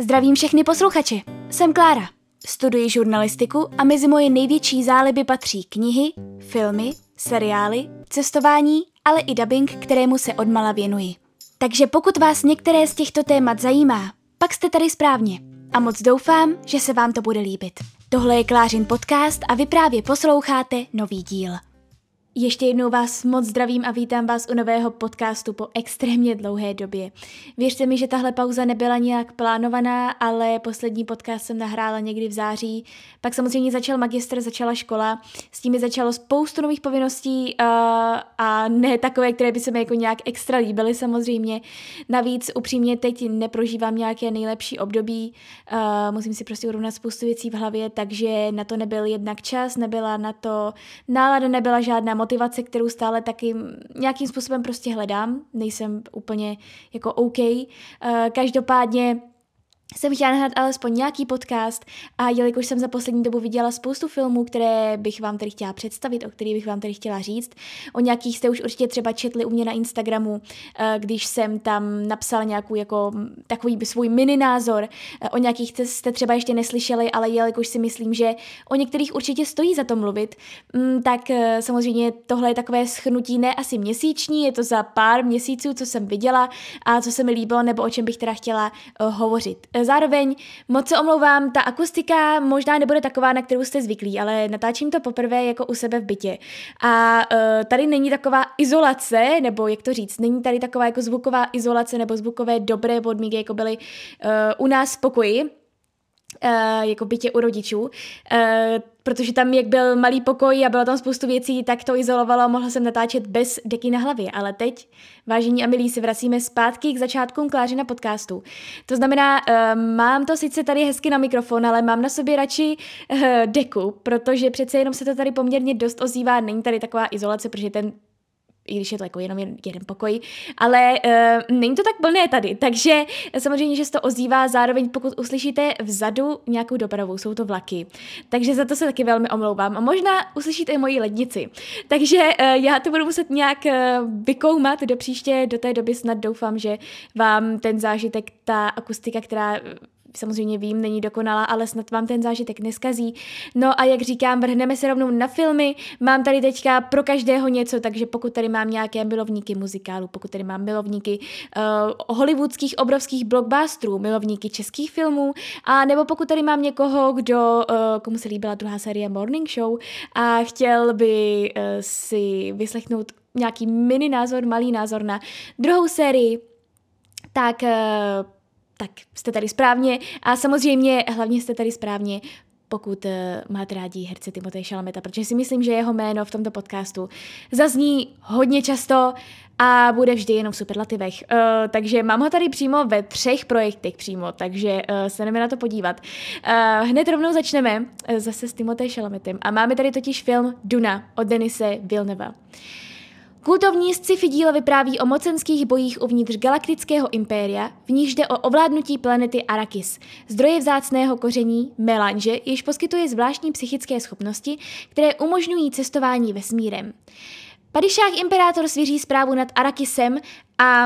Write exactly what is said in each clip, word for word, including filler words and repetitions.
Zdravím všechny posluchače, jsem Klára, studuji žurnalistiku a mezi moje největší záliby patří knihy, filmy, seriály, cestování, ale i dabing, kterému se odmala věnuji. Takže pokud vás některé z těchto témat zajímá, pak jste tady správně a moc doufám, že se vám to bude líbit. Tohle je Klářin podcast a vy právě posloucháte nový díl. Ještě jednou vás moc zdravím a vítám vás u nového podcastu po extrémně dlouhé době. Věřte mi, že tahle pauza nebyla nějak plánovaná, ale poslední podcast jsem nahrála někdy v září. Pak samozřejmě začal magistr, začala škola, s tím mi začalo spoustu nových povinností uh, a ne takové, které by se mi jako nějak extra líbily samozřejmě. Navíc upřímně teď neprožívám nějaké nejlepší období, uh, musím si prostě urovnat spoustu věcí v hlavě, takže na to nebyl jednak čas, nebyla na to nálada, nebyla žádná motivace, kterou stále taky nějakým způsobem prostě hledám. Nejsem úplně jako OK. Každopádně jsem chtěla nahrát alespoň nějaký podcast a jelikož jsem za poslední dobu viděla spoustu filmů, které bych vám tady chtěla představit, o kterých bych vám tady chtěla říct. O nějakých jste už určitě třeba četli u mě na Instagramu, když jsem tam napsala nějakou jako takový svůj mini názor. O nějakých jste třeba ještě neslyšeli, ale jelikož si myslím, že o některých určitě stojí za to mluvit, tak samozřejmě tohle je takové shrnutí ne asi měsíční, je to za pár měsíců, co jsem viděla a co se mi líbilo, nebo o čem bych teda chtěla hovořit. Zároveň moc se omlouvám, ta akustika možná nebude taková, na kterou jste zvyklí, ale natáčím to poprvé jako u sebe v bytě. A uh, tady není taková izolace, nebo jak to říct, není tady taková jako zvuková izolace nebo zvukové dobré podmínky, jako byly uh, u nás v pokoji, uh, jako v bytě u rodičů. Uh, protože tam, jak byl malý pokoj a bylo tam spoustu věcí, tak to izolovalo a mohla jsem natáčet bez deky na hlavě. Ale teď, vážení a milí, se vracíme zpátky k začátkům Klářina podcastu. To znamená, uh, mám to sice tady hezky na mikrofon, ale mám na sobě radši uh, deku, protože přece jenom se to tady poměrně dost ozývá. Není tady taková izolace, protože ten i když je to jako jenom jeden pokoj, ale uh, není to tak plné tady, takže samozřejmě, že se to ozývá, zároveň pokud uslyšíte vzadu nějakou dopravu, jsou to vlaky, takže za to se taky velmi omlouvám a možná uslyšíte i moji lednici, takže uh, já to budu muset nějak uh, vykoumat do příště, do té doby snad doufám, že vám ten zážitek, ta akustika, která samozřejmě vím, není dokonalá, ale snad vám ten zážitek neskazí. No a jak říkám, vrhneme se rovnou na filmy. Mám tady teďka pro každého něco, takže pokud tady mám nějaké milovníky muzikálu, pokud tady mám milovníky uh, hollywoodských obrovských blockbusterů, milovníky českých filmů, a nebo pokud tady mám někoho, kdo, uh, komu se líbila druhá série Morning Show a chtěl by uh, si vyslechnout nějaký mini názor, malý názor na druhou sérii, tak uh, tak jste tady správně a samozřejmě hlavně jste tady správně, pokud uh, máte rádi herce Timothée Chalameta, protože si myslím, že jeho jméno v tomto podcastu zazní hodně často a bude vždy jenom v superlativech. Uh, takže mám ho tady přímo ve třech projektech přímo, takže uh, se jdeme na to podívat. Uh, hned rovnou začneme uh, zase s Timothée Chalametem a máme tady totiž film Duna od Denise Villeneuva. Kultovní sci-fi dílo vypráví o mocenských bojích uvnitř galaktického impéria, v níž jde o ovládnutí planety Arrakis, zdroje vzácného koření melanže, jež poskytuje zvláštní psychické schopnosti, které umožňují cestování vesmírem. Padišách imperátor svěří správu nad Arrakisem a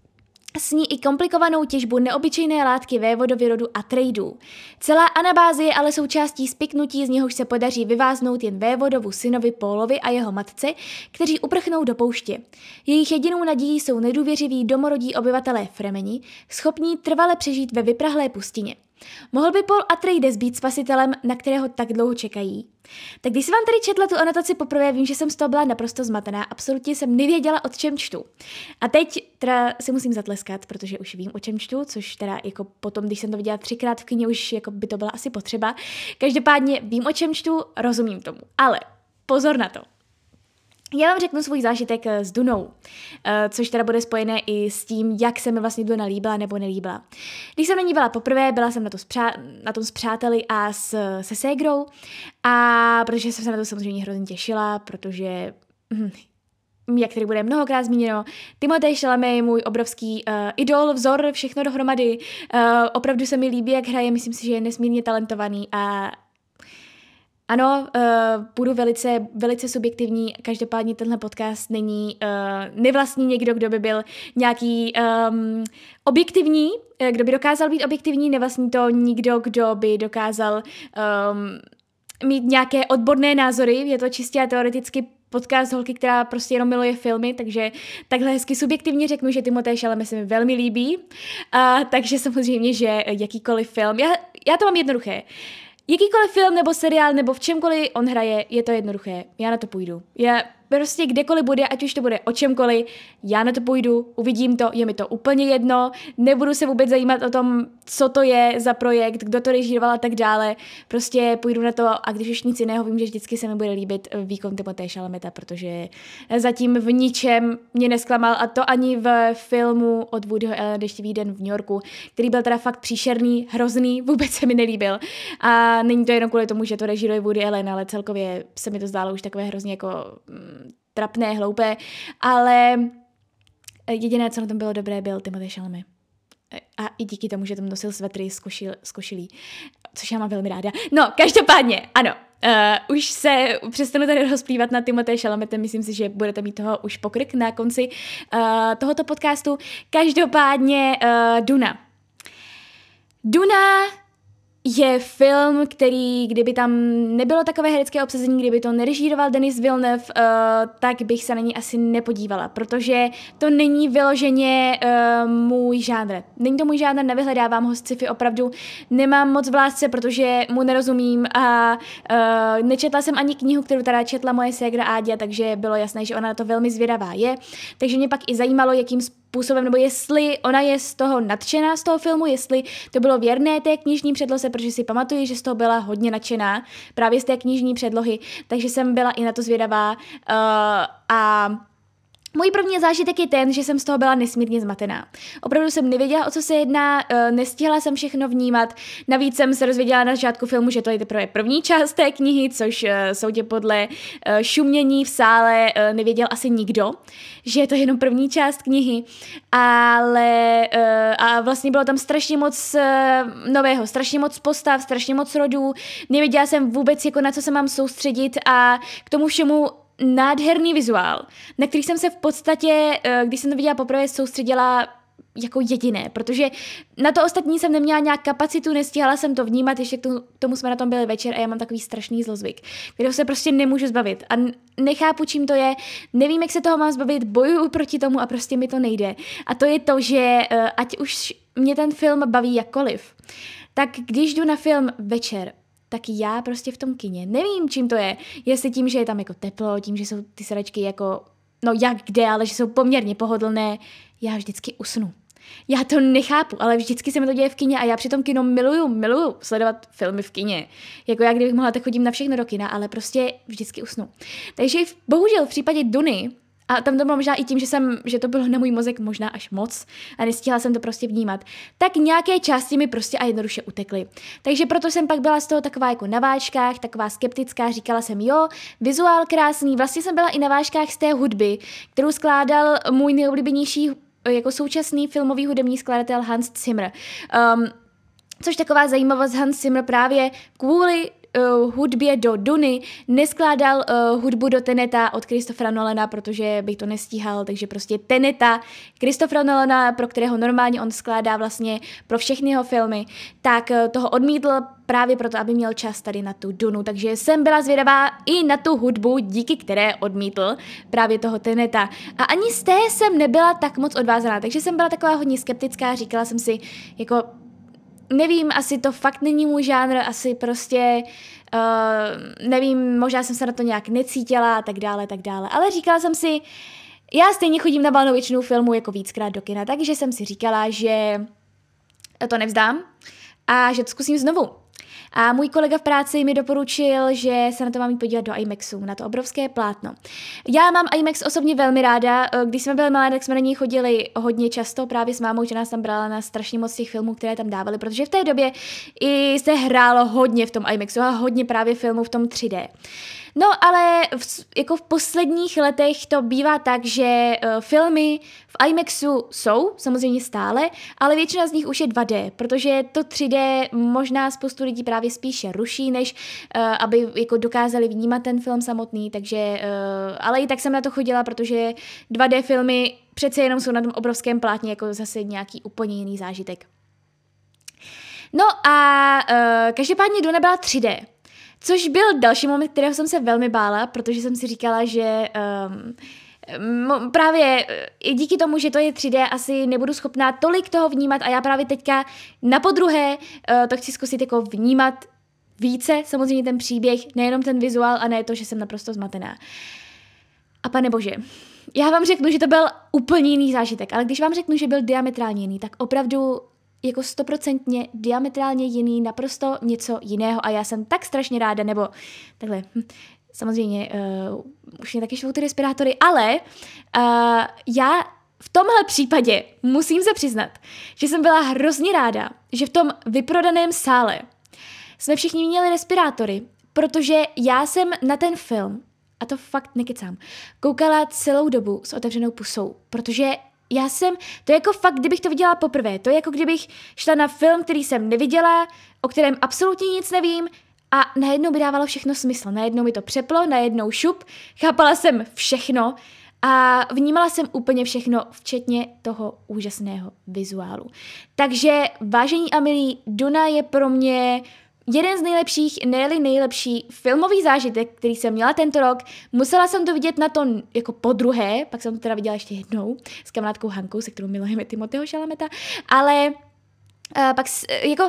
s ní i komplikovanou těžbu neobyčejné látky vévodovi rodu Atreidů. Celá anabáze je ale součástí spiknutí, z něhož se podaří vyváznout jen vévodovu synovi Paulovi a jeho matce, kteří uprchnou do pouště. Jejich jedinou nadějí jsou nedůvěřiví domorodí obyvatelé Fremeni, schopní trvale přežít ve vyprahlé pustině. Mohl by Paul Atreides být spasitelem, na kterého tak dlouho čekají? Tak když jsem vám tady četla tu anotaci poprvé, vím, že jsem z toho byla naprosto zmatená, absolutně jsem nevěděla, o čem čtu. A teď teda si musím zatleskat, protože už vím, o čem čtu, což teda jako potom, když jsem to viděla třikrát v kyně, už jako by to byla asi potřeba. Každopádně vím, o čem čtu, rozumím tomu. Ale pozor na to. Já vám řeknu svůj zážitek s Dunou, což teda bude spojené i s tím, jak se mi vlastně Duna líbila nebo nelíbila. Když jsem na ní byla poprvé, byla jsem na, to s přá- na tom s přáteli a s, se ségrou, a protože jsem se na to samozřejmě hrozně těšila, protože, hm, jak tady bude mnohokrát zmíněno, Timothée Chalamet je můj obrovský uh, idol, vzor, všechno dohromady. Uh, opravdu se mi líbí, jak hraje, myslím si, že je nesmírně talentovaný a Ano, uh, budu velice, velice subjektivní, každopádně tenhle podcast není, uh, nevlastní někdo, kdo by byl nějaký um, objektivní, kdo by dokázal být objektivní, nevlastní to nikdo, kdo by dokázal um, mít nějaké odborné názory, je to čistě a teoreticky podcast holky, která prostě jenom miluje filmy, takže takhle hezky subjektivně řeknu, že Timothée Chalamet se mi velmi líbí, uh, takže samozřejmě, že jakýkoliv film, já, já to mám jednoduché, jakýkoliv film nebo seriál nebo v čemkoliv on hraje, je to jednoduché. Já na to půjdu. Já prostě kdekoliv bude, ať už to bude o čemkoliv, já na to půjdu, uvidím to, je mi to úplně jedno, nebudu se vůbec zajímat o tom, co to je za projekt, kdo to režíroval a tak dále. Prostě půjdu na to a když už nic jiného, vím, že vždycky se mi bude líbit výkon Timothée Chalameta, protože zatím v ničem mě nesklamal a to ani v filmu od Woodyho Allena Deštivý den v New Yorku, který byl teda fakt příšerný, hrozný, vůbec se mi nelíbil. A není to jenom kvůli tomu, že to režíruje Woody Allen, ale celkově se mi to zdálo už takové hrozně jako trapné, hloupé, ale jediné, co na tom bylo dobré, byl Timothée Chalamet. A i díky tomu, že tam nosil svetry z, košil, z košilí, což já mám velmi ráda. No, každopádně, ano, uh, už se přestanu tady rozplývat na Timothée Chalametem, myslím si, že budete mít toho už pokrk na konci uh, tohoto podcastu. Každopádně uh, Duna. Duna je film, který, kdyby tam nebylo takové herecké obsazení, kdyby to nerežíroval Denis Villeneuve, uh, tak bych se na ní asi nepodívala, protože to není vyloženě uh, můj žánr. Není to můj žánr, nevyhledávám ho z sci-fi, opravdu nemám moc v lásce, protože mu nerozumím a uh, nečetla jsem ani knihu, kterou teda četla moje ségra Áďa, takže bylo jasné, že ona na to velmi zvědavá je. Takže mě pak i zajímalo, jakým způsobem, nebo jestli ona je z toho nadšená z toho filmu, jestli to bylo věrné té knižní předloze, protože si pamatuju, že z toho byla hodně nadšená právě z té knižní předlohy, takže jsem byla i na to zvědavá uh, a můj první zážitek je ten, že jsem z toho byla nesmírně zmatená. Opravdu jsem nevěděla, o co se jedná, nestihla jsem všechno vnímat, navíc jsem se dozvěděla na začátku filmu, že to je teprve první část té knihy, což soudě podle šumění v sále nevěděl asi nikdo, že je to jenom první část knihy, ale a vlastně bylo tam strašně moc nového, strašně moc postav, strašně moc rodů, nevěděla jsem vůbec, jako na co se mám soustředit a k tomu všemu nádherný vizuál, na který jsem se v podstatě, když jsem to viděla poprvé, soustředila jako jediné, protože na to ostatní jsem neměla nějak kapacitu, nestihala jsem to vnímat, ještě k tomu jsme na tom byli večer a já mám takový strašný zlozvyk, kterého se prostě nemůžu zbavit a nechápu, čím to je, nevím, jak se toho mám zbavit, bojuju proti tomu a prostě mi to nejde. A to je to, že ať už mě ten film baví jakkoliv, tak když jdu na film večer, tak já prostě v tom kině nevím, čím to je. Jestli tím, že je tam jako teplo, tím, že jsou ty sedačky jako, no jak kde, ale že jsou poměrně pohodlné, já vždycky usnu. Já to nechápu, ale vždycky se mi to děje v kině a já při tom kino miluju, miluju sledovat filmy v kině. Jako já, kdybych mohla, tak chodím na všechno do kina, ale prostě vždycky usnu. Takže bohužel v případě Duny, a tam to bylo možná i tím, že, jsem, že to bylo na můj mozek možná až moc a nestihla jsem to prostě vnímat, tak nějaké části mi prostě a jednoduše utekly. Takže proto jsem pak byla z toho taková jako na vážkách, taková skeptická, říkala jsem jo, vizuál krásný, vlastně jsem byla i na vážkách z té hudby, kterou skládal můj nejoblíbenější jako současný filmový hudební skladatel Hans Zimmer. Um, což taková zajímavost, Hans Zimmer právě kvůli Uh, hudbě do Duny neskládal uh, hudbu do Teneta od Christophera Nolana, protože bych to nestíhal, takže prostě Teneta Christophera Nolana, pro kterého normálně on skládá vlastně pro všechny jeho filmy, tak uh, toho odmítl právě proto, aby měl čas tady na tu Dunu, takže jsem byla zvědavá i na tu hudbu, díky které odmítl právě toho Teneta. A ani z té jsem nebyla tak moc odvázaná, takže jsem byla taková hodně skeptická, říkala jsem si, jako nevím, asi to fakt není můj žánr, asi prostě, uh, nevím, možná jsem se na to nějak necítila a tak dále, tak dále. Ale říkala jsem si, já stejně chodím na valnou většinu filmů jako víckrát do kina, takže jsem si říkala, že to nevzdám a že to zkusím znovu. A můj kolega v práci mi doporučil, že se na to mám jít podívat do IMAXu, na to obrovské plátno. Já mám IMAX osobně velmi ráda, když jsme byli malé, tak jsme na něj chodili hodně často právě s mámou, že nás tam brala na strašně moc těch filmů, které tam dávali, protože v té době i se hrálo hodně v tom IMAXu a hodně právě filmů v tom tři dé. No ale v, jako v posledních letech to bývá tak, že uh, filmy v IMAXu jsou samozřejmě stále, ale většina z nich už je dva dé, protože to tři dé možná spoustu lidí právě spíše ruší, než uh, aby jako dokázali vnímat ten film samotný, takže, uh, ale i tak jsem na to chodila, protože dva dé filmy přece jenom jsou na tom obrovském plátně jako zase nějaký úplně jiný zážitek. No a uh, každopádně Duna byla tři dé. Což byl další moment, kterého jsem se velmi bála, protože jsem si říkala, že um, právě i díky tomu, že to je tři dé, asi nebudu schopná tolik toho vnímat a já právě teďka na podruhé uh, to chci zkusit jako vnímat více, samozřejmě ten příběh, nejenom ten vizuál a ne to, že jsem naprosto zmatená. A pane bože, já vám řeknu, že to byl úplně jiný zážitek, ale když vám řeknu, že byl diametrálně jiný, tak opravdu jako stoprocentně diametrálně jiný, naprosto něco jiného a já jsem tak strašně ráda, nebo takhle, hm, samozřejmě uh, už mě taky švou ty respirátory, ale uh, já v tomhle případě musím se přiznat, že jsem byla hrozně ráda, že v tom vyprodaném sále jsme všichni měli respirátory, protože já jsem na ten film, a to fakt nekecám, koukala celou dobu s otevřenou pusou, protože já jsem, to je jako fakt, kdybych to viděla poprvé, to je jako kdybych šla na film, který jsem neviděla, o kterém absolutně nic nevím a najednou by dávalo všechno smysl, najednou mi to přeplo, najednou šup, chápala jsem všechno a vnímala jsem úplně všechno, včetně toho úžasného vizuálu. Takže vážení a milí, Duna je pro mě jeden z nejlepších, ne-li nejlepší filmový zážitek, který jsem měla tento rok. Musela jsem to vidět na to jako podruhé, pak jsem to teda viděla ještě jednou s kamarádkou Hankou, se kterou milujeme Timothého Chalameta, ale uh, pak jako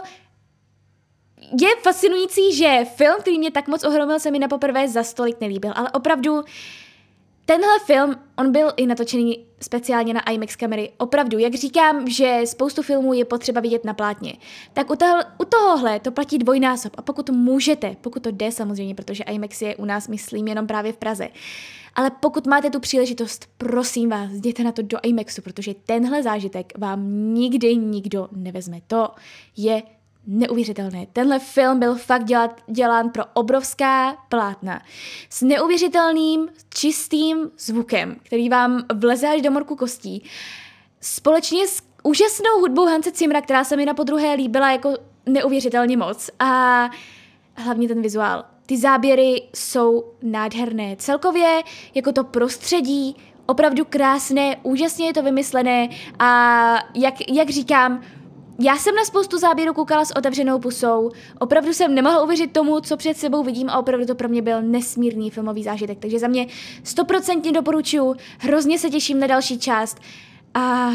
je fascinující, že film, který mě tak moc ohromil, se mi na poprvé za stolik nelíbil, ale opravdu tenhle film, on byl i natočený speciálně na IMAX kamery. Opravdu, jak říkám, že spoustu filmů je potřeba vidět na plátně, tak u, toho, u tohohle to platí dvojnásob. A pokud můžete, pokud to jde samozřejmě, protože IMAX je u nás, myslím, jenom právě v Praze. Ale pokud máte tu příležitost, prosím vás, jděte na to do IMAXu, protože tenhle zážitek vám nikdy nikdo nevezme. To je neuvěřitelné. Tenhle film byl fakt dělat, dělán pro obrovská plátna s neuvěřitelným, čistým zvukem, který vám vleze až do morku kostí. Společně s úžasnou hudbou Hanse Zimmera, která se mi na podruhé líbila jako neuvěřitelně moc. A hlavně ten vizuál. Ty záběry jsou nádherné. Celkově jako to prostředí, opravdu krásné, úžasně je to vymyslené a jak, jak říkám, já jsem na spoustu záběrů koukala s otevřenou pusou, opravdu jsem nemohla uvěřit tomu, co před sebou vidím a opravdu to pro mě byl nesmírný filmový zážitek, takže za mě stoprocentně doporučuji, hrozně se těším na další část a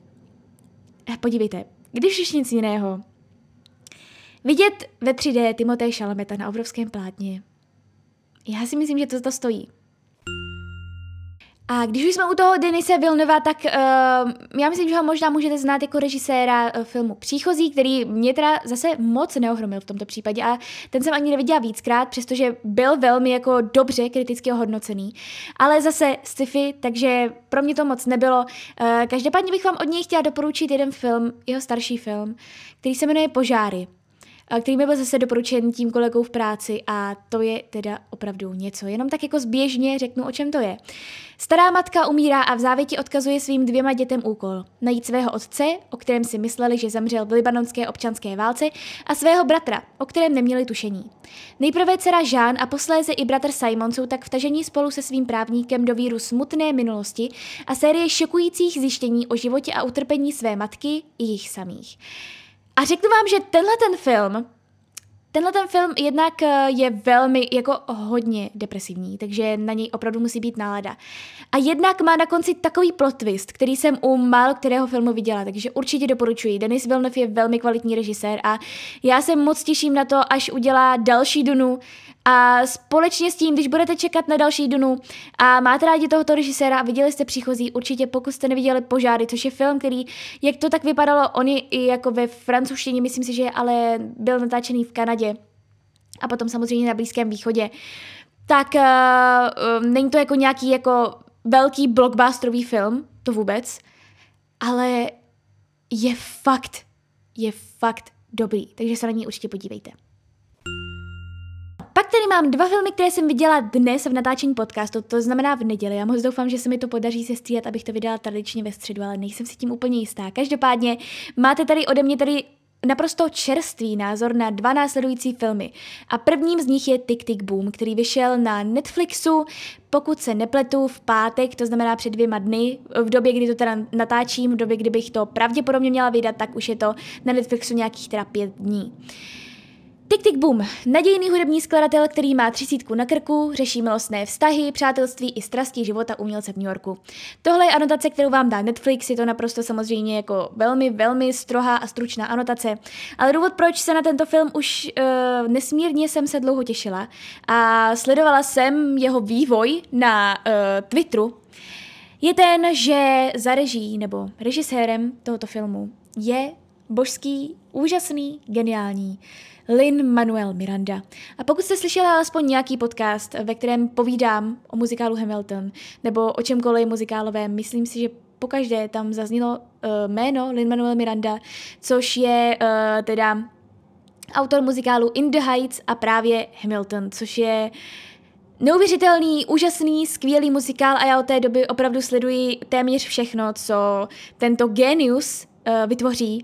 podívejte, když už nic jiného, vidět ve tři dé Timothée Chalameta na obrovském plátně, já si myslím, že to to stojí. A když už jsme u toho Denise Villeneuva, tak uh, já myslím, že ho možná můžete znát jako režiséra uh, filmu Příchozí, který mě teda zase moc neohromil v tomto případě a ten jsem ani neviděla víckrát, přestože byl velmi jako dobře kriticky ohodnocený. Ale zase sci-fi, takže pro mě to moc nebylo. Uh, každopádně bych vám od něj chtěla doporučit jeden film, jeho starší film, který se jmenuje Požáry, který mi byl zase doporučen tím kolegou v práci a to je teda opravdu něco. Jenom tak jako zběžně řeknu, o čem to je. Stará matka umírá a v závěti odkazuje svým dvěma dětem úkol. Najít svého otce, o kterém si mysleli, že zemřel v libanonské občanské válce, a svého bratra, o kterém neměli tušení. Nejprve dcera Jean a posléze i bratr Simon jsou tak vtažení spolu se svým právníkem do víru smutné minulosti a série šokujících zjištění o životě a utrpení své matky i jich samých. A řeknu vám, že tenhle ten film, tenhle ten film jednak je velmi jako hodně depresivní, takže na něj opravdu musí být nálada. A jednak má na konci takový plot twist, který jsem u málo kterého filmu viděla, takže určitě doporučuji. Denis Villeneuve je velmi kvalitní režisér a já se moc těším na to, až udělá další Dunu. A společně s tím, když budete čekat na další Dunu a máte rádi tohoto režiséra a viděli jste Příchozí, určitě pokud jste neviděli Požáry, což je film, který, jak to tak vypadalo, on je i jako ve francouzštině, myslím si, že ale byl natáčený v Kanadě a potom samozřejmě na Blízkém východě, tak uh, uh, není to jako nějaký jako velký blockbusterový film, to vůbec, ale je fakt, je fakt dobrý, takže se na něj určitě podívejte. pak tady mám dva filmy, které jsem viděla dnes v natáčení podcastu, to znamená v neděli. Já moc doufám, že se mi to podaří sestříhat, abych to vydala tradičně ve středu, ale nejsem si tím úplně jistá. Každopádně máte tady ode mě tady naprosto čerstvý názor na dva následující filmy. A prvním z nich je Tick Tick Boom, který vyšel na Netflixu, pokud se nepletu, v pátek, to znamená před dvěma dny, v době, kdy to teda natáčím, v době, kdybych to pravděpodobně měla vydat, tak už je to na Netflixu nějakých teda pět dní. Tick Tick Boom, nadějný hudební skladatel, který má třicítku na krku, řeší milostné vztahy, přátelství i strasti života umělce v New Yorku. Tohle je anotace, kterou vám dá Netflix, je to naprosto samozřejmě jako velmi, velmi strohá a stručná anotace. Ale důvod, proč se na tento film už uh, nesmírně jsem se dlouho těšila a sledovala jsem jeho vývoj na uh, Twitteru, je ten, že za reží nebo režisérem tohoto filmu je božský, úžasný, geniální Lin-Manuel Miranda. A pokud jste slyšeli alespoň nějaký podcast, ve kterém povídám o muzikálu Hamilton nebo o čemkoliv muzikálovém, myslím si, že pokaždé tam zaznělo uh, jméno Lin-Manuel Miranda, což je uh, teda autor muzikálu In the Heights a právě Hamilton, což je neuvěřitelný, úžasný, skvělý muzikál a já od té doby opravdu sleduji téměř všechno, co tento genius uh, vytvoří.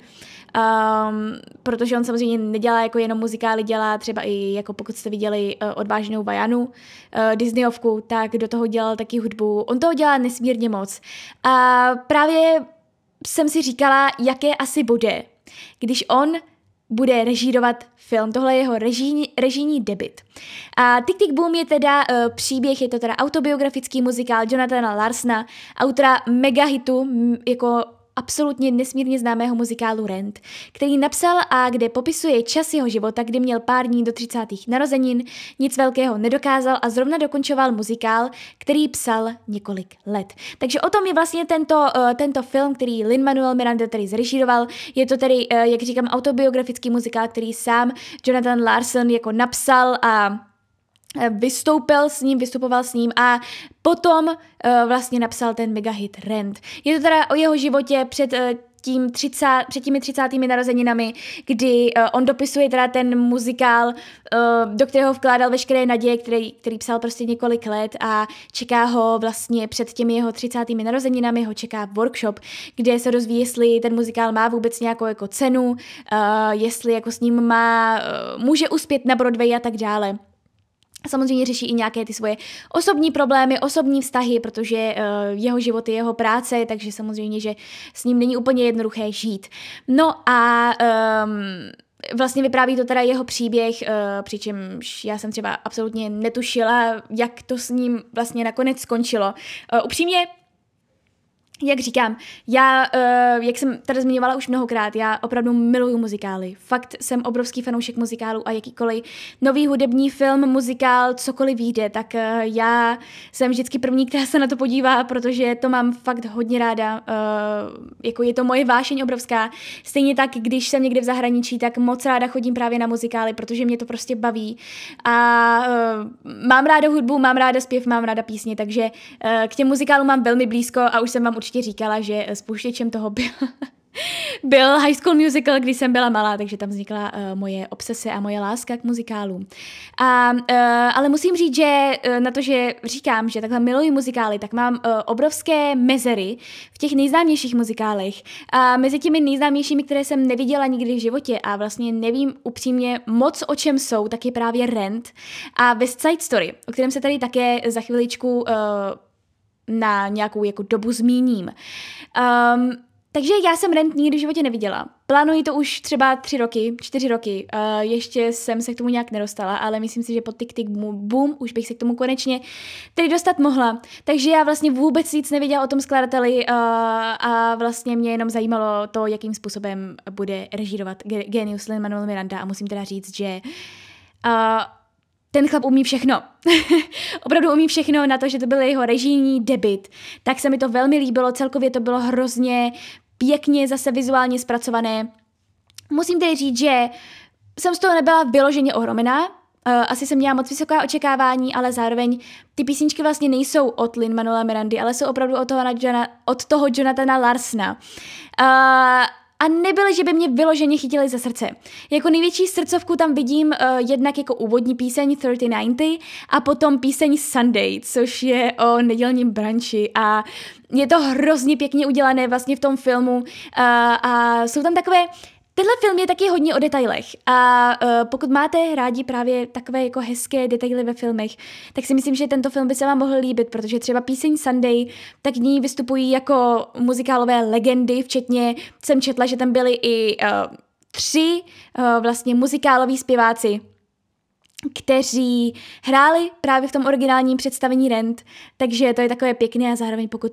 Um, protože on samozřejmě nedělá jako jenom muzikály, dělá třeba i, jako pokud jste viděli uh, Odvážnou Vajanu, uh, Disneyovku, tak do toho dělal taky hudbu. On toho dělá nesmírně moc. A právě jsem si říkala, jaké asi bude, když on bude režírovat film. Tohle je jeho režijní, režijní debut. A Tick Tick Boom je teda uh, příběh, je to teda autobiografický muzikál Jonathana Larsona, autora megahitu, m, jako absolutně nesmírně známého muzikálu Rent, který napsal a kde popisuje čas jeho života, kdy měl pár dní do třicátých narozenin, nic velkého nedokázal a zrovna dokončoval muzikál, který psal několik let. Takže o tom je vlastně tento, uh, tento film, který Lin-Manuel Miranda tady zrežíroval. Je to tedy, uh, jak říkám, autobiografický muzikál, který sám Jonathan Larson jako napsal a vystoupil s ním, vystupoval s ním a potom uh, vlastně napsal ten megahit Rent. Je to teda o jeho životě před uh, tím třicátými, před těmi třicátými narozeninami, kdy uh, on dopisuje teda ten muzikál, uh, do kterého vkládal veškeré naděje, který, který psal prostě několik let a čeká ho vlastně před těmi jeho třicátými narozeninami, ho čeká workshop, kde se dozví, jestli ten muzikál má vůbec nějakou jako cenu, uh, jestli jako s ním má, uh, může uspět na Broadway a tak dále. Samozřejmě řeší i nějaké ty svoje osobní problémy, osobní vztahy, protože uh, jeho život je jeho práce, takže samozřejmě, že s ním není úplně jednoduché žít. No a um, vlastně vypráví to teda jeho příběh, uh, přičemž já jsem třeba absolutně netušila, jak to s ním vlastně nakonec skončilo. Uh, upřímně, jak říkám, já, uh, jak jsem tady zmiňovala už mnohokrát, já opravdu miluju muzikály. Fakt jsem obrovský fanoušek muzikálů a jakýkoliv nový hudební film, muzikál, cokoliv vyjde, tak uh, já jsem vždycky první, která se na to podívá, protože to mám fakt hodně ráda. Uh, jako je to moje vášeň obrovská. Stejně tak, když jsem někde v zahraničí, tak moc ráda chodím právě na muzikály, protože mě to prostě baví. A uh, mám ráda hudbu, mám ráda zpěv, mám ráda písně, takže uh, k těm muzikálům mám velmi blízko a už jsem vám určitě říkala, že spouštěčem toho byl, byl High School Musical, když jsem byla malá, takže tam vznikla uh, moje obsese a moje láska k muzikálům. A, uh, ale musím říct, že uh, na to, že říkám, že takhle miluji muzikály, tak mám uh, obrovské mezery v těch nejznámějších muzikálech. A mezi těmi nejznámějšími, které jsem neviděla nikdy v životě a vlastně nevím upřímně moc, o čem jsou, tak je právě Rent a West Side Story, o kterém se tady také za chviličku uh, na nějakou jako dobu zmíním. Um, takže já jsem Rent nikdy v životě neviděla. Plánuji to už třeba tři roky, čtyři roky. Uh, ještě jsem se k tomu nějak nedostala, ale myslím si, že po Tick Tick Boom už bych se k tomu konečně tedy dostat mohla. Takže já vlastně vůbec nic nevěděla o tom skladateli uh, a vlastně mě jenom zajímalo to, jakým způsobem bude režírovat genius Lin-Manuel Miranda a musím teda říct, že uh, ten chlap umí všechno. Opravdu umí všechno na to, že to byl jeho režijní debut. Tak se mi to velmi líbilo, celkově to bylo hrozně pěkně zase vizuálně zpracované. Musím tedy říct, že jsem z toho nebyla vyloženě ohromená. Asi jsem měla moc vysoká očekávání, ale zároveň ty písničky vlastně nejsou od Lin-Manuela Mirandy, ale jsou opravdu od toho, od toho Jonathana Larsona. Uh, a nebyly, že by mě vyloženě chytily za srdce. Jako největší srdcovku tam vidím uh, jednak jako úvodní píseň třicet devadesát a potom píseň Sunday, což je o nedělním branči a je to hrozně pěkně udělané vlastně v tom filmu uh, a jsou tam takové. Tenhle film je taky hodně o detailech a uh, pokud máte rádi právě takové jako hezké detaily ve filmech, tak si myslím, že tento film by se vám mohl líbit, protože třeba píseň Sunday, tak v ní vystupují jako muzikálové legendy, včetně jsem četla, že tam byli i uh, tři uh, vlastně muzikáloví zpěváci, kteří hráli právě v tom originálním představení Rent, takže to je takové pěkné a zároveň pokud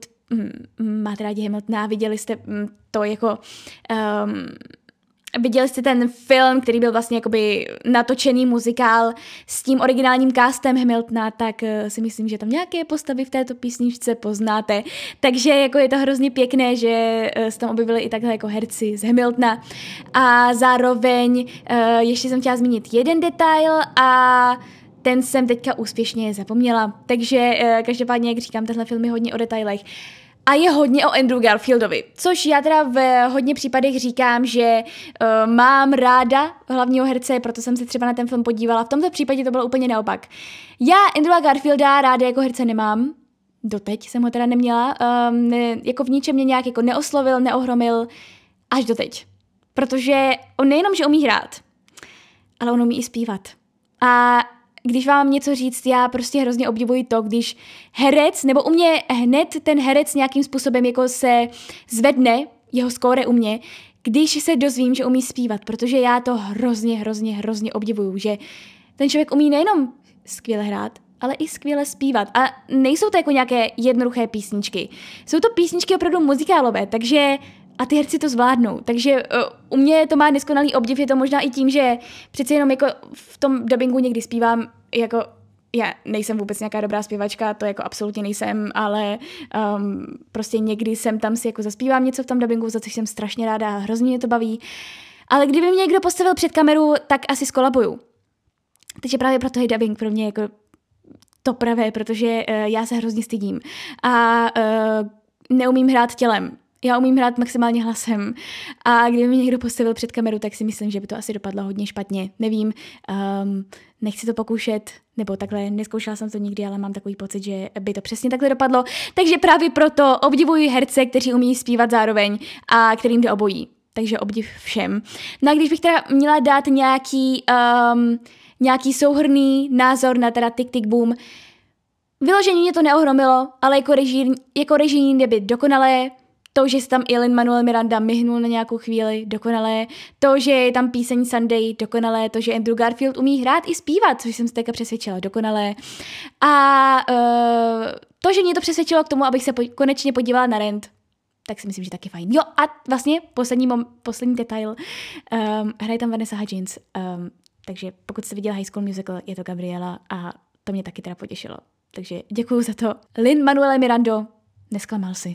mm, máte rádi Hamiltona, viděli jste mm, to jako... Um, Viděli jste ten film, který byl vlastně jakoby natočený muzikál s tím originálním castem Hamiltona, tak si myslím, že tam nějaké postavy v této písničce poznáte. Takže jako je to hrozně pěkné, že se tam objevili i takhle jako herci z Hamiltona. A zároveň ještě jsem chtěla zmínit jeden detail a ten jsem teďka úspěšně zapomněla. Takže každopádně, jak říkám, tenhle film je hodně o detailech. A je hodně o Andrew Garfieldovi, což já teda v hodně případech říkám, že uh, mám ráda hlavního herce, proto jsem se třeba na ten film podívala. V tomto případě to bylo úplně naopak. Já Andrewa Garfielda ráda jako herce nemám, doteď jsem ho teda neměla, um, ne, jako v ničem mě nějak jako neoslovil, neohromil, až doteď. Protože on nejenom, že umí hrát, ale on umí i zpívat. A když vám mám něco říct, já prostě hrozně obdivuji to, když herec, nebo u mě hned ten herec nějakým způsobem jako se zvedne, jeho skóre u mě, když se dozvím, že umí zpívat, protože já to hrozně, hrozně, hrozně obdivuju, že ten člověk umí nejenom skvěle hrát, ale i skvěle zpívat. A nejsou to jako nějaké jednoduché písničky. Jsou to písničky opravdu muzikálové, takže a ty herci to zvládnou. Takže uh, u mě to má neskonalý obdiv, je to možná i tím, že přeci jenom jako v tom dabingu někdy zpívám, jako já nejsem vůbec nějaká dobrá zpěvačka, to jako absolutně nejsem, ale um, prostě někdy jsem tam si jako zaspívám něco v tom dabingu, za což jsem strašně ráda a hrozně mě to baví. Ale kdyby mě někdo postavil před kameru, tak asi skolabuju. Takže právě proto je dabing pro mě jako to pravé, protože uh, já se hrozně stydím a uh, neumím hrát tělem. Já umím hrát maximálně hlasem a kdyby mě někdo postavil před kameru, tak si myslím, že by to asi dopadlo hodně špatně. Nevím, um, nechci to pokoušet, nebo takhle, neskoušela jsem to nikdy, ale mám takový pocit, že by to přesně takhle dopadlo. Takže právě proto obdivuji herce, kteří umí zpívat zároveň a kterým jde obojí. Takže obdiv všem. No a když bych teda měla dát nějaký, um, nějaký souhrnný názor na teda Tick Tick Boom, vyloženě mě to neohromilo, ale jako režijní, jako režijní debut dokonalé. To, že se tam i Lin-Manuel Miranda myhnul na nějakou chvíli, dokonalé. To, že je tam píseň Sunday, dokonalé. To, že Andrew Garfield umí hrát i zpívat, což jsem se teďka přesvědčila, dokonalé. A uh, to, že mě to přesvědčilo k tomu, abych se po- konečně podívala na Rent, tak si myslím, že taky fajn. Jo a vlastně poslední, mom- poslední detail. Um, hraje tam Vanessa Hudgens. Um, takže pokud jste viděla High School Musical, je to Gabriela a to mě taky teda potěšilo. Takže děkuju za to. Lin-Manuele Mirando, nesklamal si.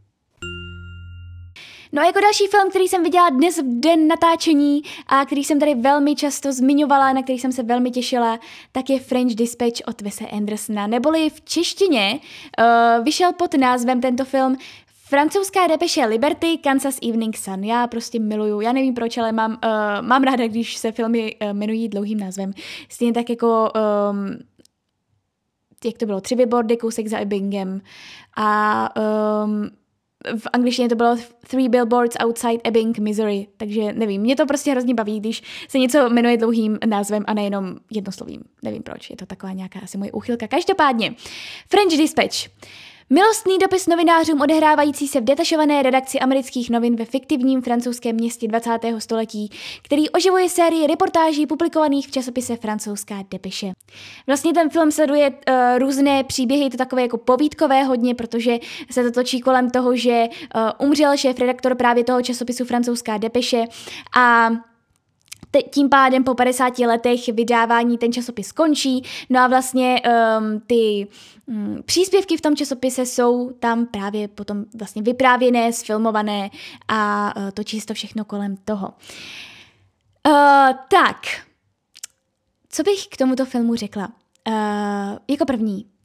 No a jako další film, který jsem viděla dnes v den natáčení a který jsem tady velmi často zmiňovala, na který jsem se velmi těšila, tak je French Dispatch od Wese Andersona, neboli v češtině uh, vyšel pod názvem tento film Francouzská depeše Liberty, Kansas Evening Sun. Já prostě miluju, já nevím proč, ale mám, uh, mám ráda, když se filmy uh, jmenují dlouhým názvem. Stejně tak jako... Um, jak to bylo, tři billboardy, kousek za Ebbingem a um, v angličtině to bylo Three Billboards Outside Ebbing, Missouri, takže nevím, mě to prostě hrozně baví, když se něco jmenuje dlouhým názvem a nejenom jednoslovím. Nevím proč, je to taková nějaká asi moje úchylka. Každopádně, French Dispatch. Milostný dopis novinářům odehrávající se v detašované redakci amerických novin ve fiktivním francouzském městě dvacátého století, který oživuje sérii reportáží publikovaných v časopise Francouzská depeše. Vlastně ten film sleduje uh, různé příběhy, je to takové jako povídkové hodně, protože se to točí kolem toho, že uh, umřel šéf-redaktor právě toho časopisu Francouzská depeše a tím pádem po padesáti letech vydávání ten časopis končí, no a vlastně um, ty um, příspěvky v tom časopise jsou tam právě potom vlastně vyprávěné, sfilmované a uh, točí se to všechno kolem toho. Uh, tak, co bych k tomuto filmu řekla? Uh, jako první,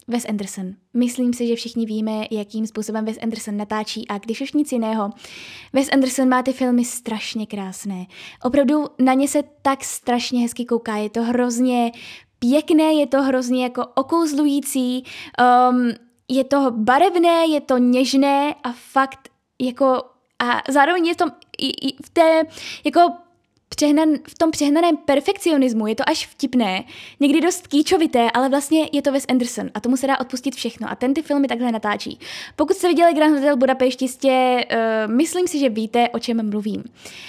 Wes Anderson. Myslím si, že všichni víme, jakým způsobem Wes Anderson natáčí a když už nic jiného. Wes Anderson má ty filmy strašně krásné. Opravdu na ně se tak strašně hezky kouká. Je to hrozně pěkné, je to hrozně jako okouzlující, um, je to barevné, je to něžné a fakt jako a zároveň je v tom i, i v té jako Přehnan, v tom přehnaném perfekcionismu je to až vtipné, někdy dost kýčovité, ale vlastně je to Wes Anderson a tomu se dá odpustit všechno a ten ty filmy takhle natáčí. Pokud jste viděli Grand Hotel Budapešť, jistě uh, myslím si, že víte, o čem mluvím.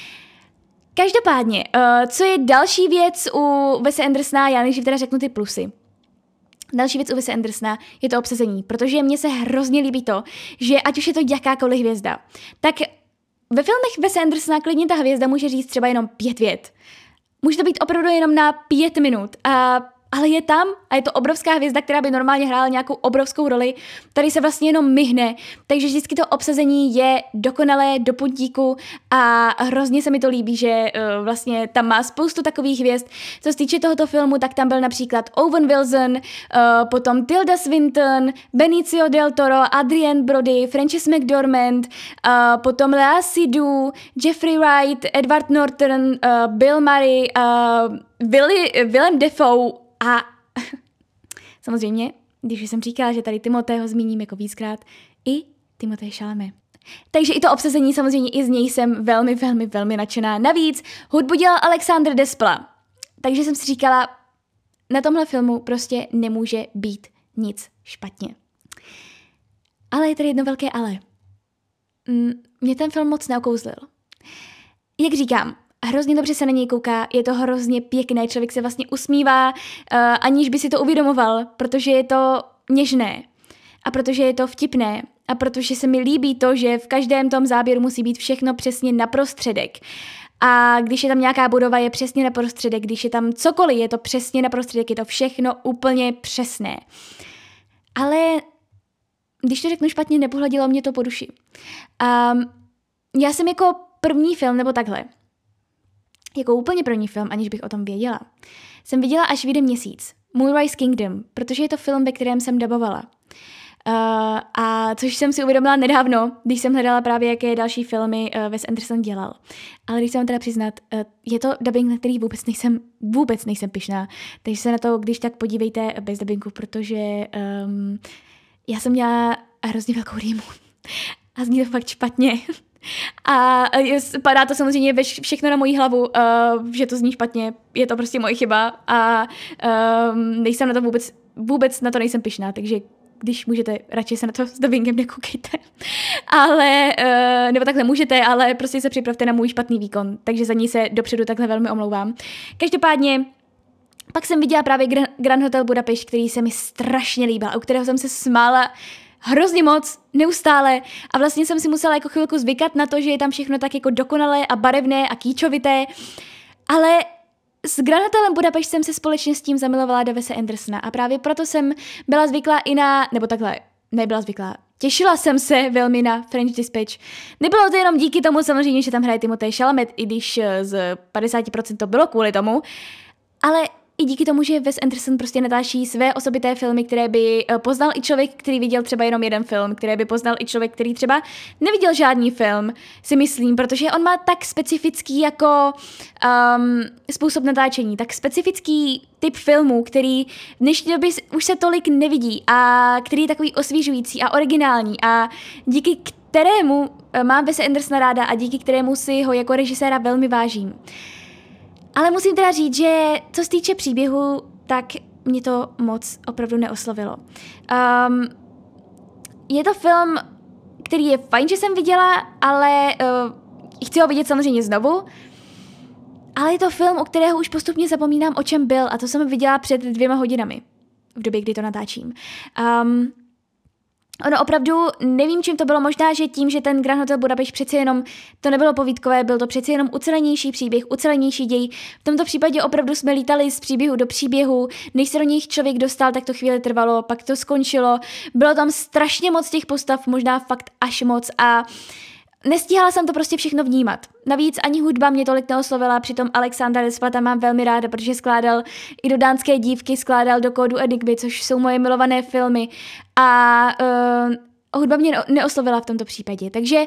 Každopádně, uh, co je další věc u Wese Andersona, já nejdřív teda řeknu ty plusy. Další věc u Wese Andersona je to obsazení, protože mně se hrozně líbí to, že ať už je to jakákoliv hvězda, tak ve filmech Wese Andersona klidně ta hvězda může říct třeba jenom pět vět. Může to být opravdu jenom na pět minut, a, ale je tam a je to obrovská hvězda, která by normálně hrála nějakou obrovskou roli. Tady se vlastně jenom myhne, takže vždycky to obsazení je dokonalé, do puntíku a hrozně se mi to líbí, že uh, vlastně tam má spoustu takových hvězd. Co se týče tohoto filmu, tak tam byl například Owen Wilson, uh, potom Tilda Swinton, Benicio del Toro, Adrien Brody, Frances McDormand, uh, potom Lea Seydoux, Jeffrey Wright, Edward Norton, uh, Bill Murray, uh, Willi, Willem Dafoe a samozřejmě, když jsem říkala, že tady Timothého zmíním jako víckrát, i Timothée Chalamet. Takže i to obsazení samozřejmě i z něj jsem velmi, velmi, velmi nadšená. Navíc hudbu dělal Alexandre Desplat. Takže jsem si říkala, na tomhle filmu prostě nemůže být nic špatně. Ale je tady jedno velké ale. Mě ten film moc neokouzlil. Jak říkám, hrozně dobře se na něj kouká, je to hrozně pěkné, člověk se vlastně usmívá, uh, aniž by si to uvědomoval, protože je to něžné a protože je to vtipné a protože se mi líbí to, že v každém tom záběru musí být všechno přesně na prostředek. A když je tam nějaká budova, je přesně na prostředek, když je tam cokoliv, je to přesně na prostředek, je to všechno úplně přesné. Ale když to řeknu špatně, nepohladilo mě to po duši. Um, já jsem jako první film, nebo takhle, jako úplně první film, aniž bych o tom věděla, jsem viděla, až vyjde měsíc. Moonrise Kingdom, protože je to film, ve kterém jsem dabovala. Uh, a což jsem si uvědomila nedávno, když jsem hledala právě, jaké další filmy uh, Wes Anderson dělal. Ale když jsem teda přiznat, uh, je to dubbing, na který vůbec nejsem, vůbec nejsem pyšná. Takže se na to, když tak podívejte bez dubbingu, protože um, já jsem měla hrozně velkou rýmu. A zní to fakt špatně. A padá to samozřejmě všechno na moji hlavu, uh, že to zní špatně, je to prostě moje chyba a um, nejsem na to vůbec, vůbec na to nejsem pyšná, takže když můžete, radši se na to s dubbingem nekoukejte. Ale, uh, nebo takhle můžete, ale prostě se připravte na můj špatný výkon, takže za ní se dopředu takhle velmi omlouvám. Každopádně, pak jsem viděla právě Grand Hotel Budapešť, který se mi strašně líbil, u kterého jsem se smála hrozně moc, neustále a vlastně jsem si musela jako chvilku zvykat na to, že je tam všechno tak jako dokonalé a barevné a kýčovité, ale s Grand Hotelem Budapešť jsem se společně s tím zamilovala do Wese Andersona a právě proto jsem byla zvyklá i na, nebo takhle, nebyla zvyklá, těšila jsem se velmi na French Dispatch. Nebylo to jenom díky tomu samozřejmě, že tam hraje Timothée Chalamet, i když z padesát procent to bylo kvůli tomu, ale i díky tomu, že Wes Anderson prostě natáčí své osobité filmy, které by poznal i člověk, který viděl třeba jenom jeden film, které by poznal i člověk, který třeba neviděl žádný film, si myslím, protože on má tak specifický jako um, způsob natáčení, tak specifický typ filmů, který v dnešní době už se tolik nevidí a který je takový osvěžující a originální a díky kterému mám Wese Andersona ráda a díky kterému si ho jako režiséra velmi vážím. Ale musím teda říct, že co se týče příběhu, tak mě to moc opravdu neoslovilo. Um, je to film, který je fajn, že jsem viděla, ale uh, chci ho vidět samozřejmě znovu. Ale je to film, u kterého už postupně zapomínám, o čem byl, a to jsem viděla před dvěma hodinami, v době, kdy to natáčím. Um, Ono opravdu, nevím, čím to bylo, možná, že tím, že ten Grand Hotel Budapešť přeci jenom, to nebylo povídkové, byl to přeci jenom ucelenější příběh, ucelenější děj. V tomto případě opravdu jsme lítali z příběhu do příběhu, než se do nich člověk dostal, tak to chvíli trvalo, pak to skončilo. Bylo tam strašně moc těch postav, možná fakt až moc a nestíhala jsem to prostě všechno vnímat. Navíc ani hudba mě tolik neoslovila, přitom Alexandra Desplata mám velmi ráda, protože skládal i do Dánské dívky, skládal do Kódu Enigmy, což jsou moje milované filmy. A uh, hudba mě neoslovila v tomto případě. Takže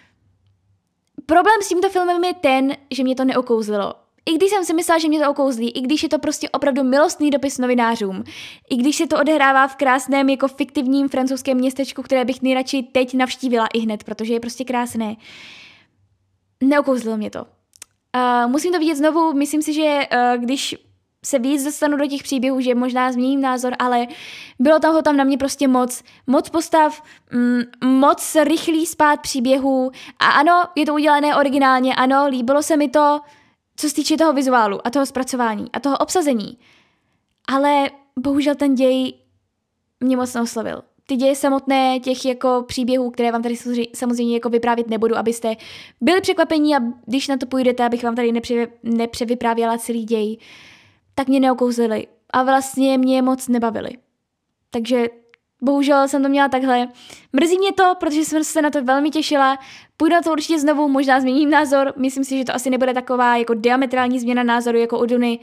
problém s tímto filmem je ten, že mě to neokouzlilo. I když jsem si myslela, že mě to okouzlí, i když je to prostě opravdu milostný dopis novinářům, i když se to odehrává v krásném jako fiktivním francouzském městečku, které bych nejradši teď navštívila i hned, protože je prostě krásné. Neokouzlilo mě to. Uh, musím to vidět znovu, myslím si, že uh, když se víc dostanu do těch příběhů, že možná změním názor, ale bylo toho tam na mě prostě moc, moc postav, mm, moc rychlý spád příběhů a ano, je to udělané originálně, ano, líbilo se mi to, co se týče toho vizuálu a toho zpracování a toho obsazení. Ale bohužel ten děj mě moc neoslovil. Ty děje samotné těch jako příběhů, které vám tady samozřejmě jako vyprávět nebudu, abyste byli překvapení a když na to půjdete, abych vám tady nepře, nepřevyprávěla celý děj, tak mě neokouzlili a vlastně mě moc nebavili. Takže bohužel jsem to měla takhle. Mrzí mě to, protože jsem se na to velmi těšila. Půjdu na to určitě znovu, možná změním názor. Myslím si, že to asi nebude taková jako diametrální změna názoru jako u Duny.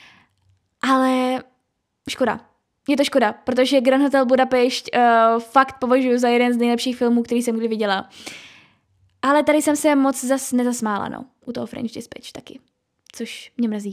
Ale škoda. Je to škoda, protože Grand Hotel Budapešť uh, fakt považuji za jeden z nejlepších filmů, který jsem kdy viděla. Ale tady jsem se moc zas nezasmála, no. U toho French Dispatch taky. Což mě mrzí.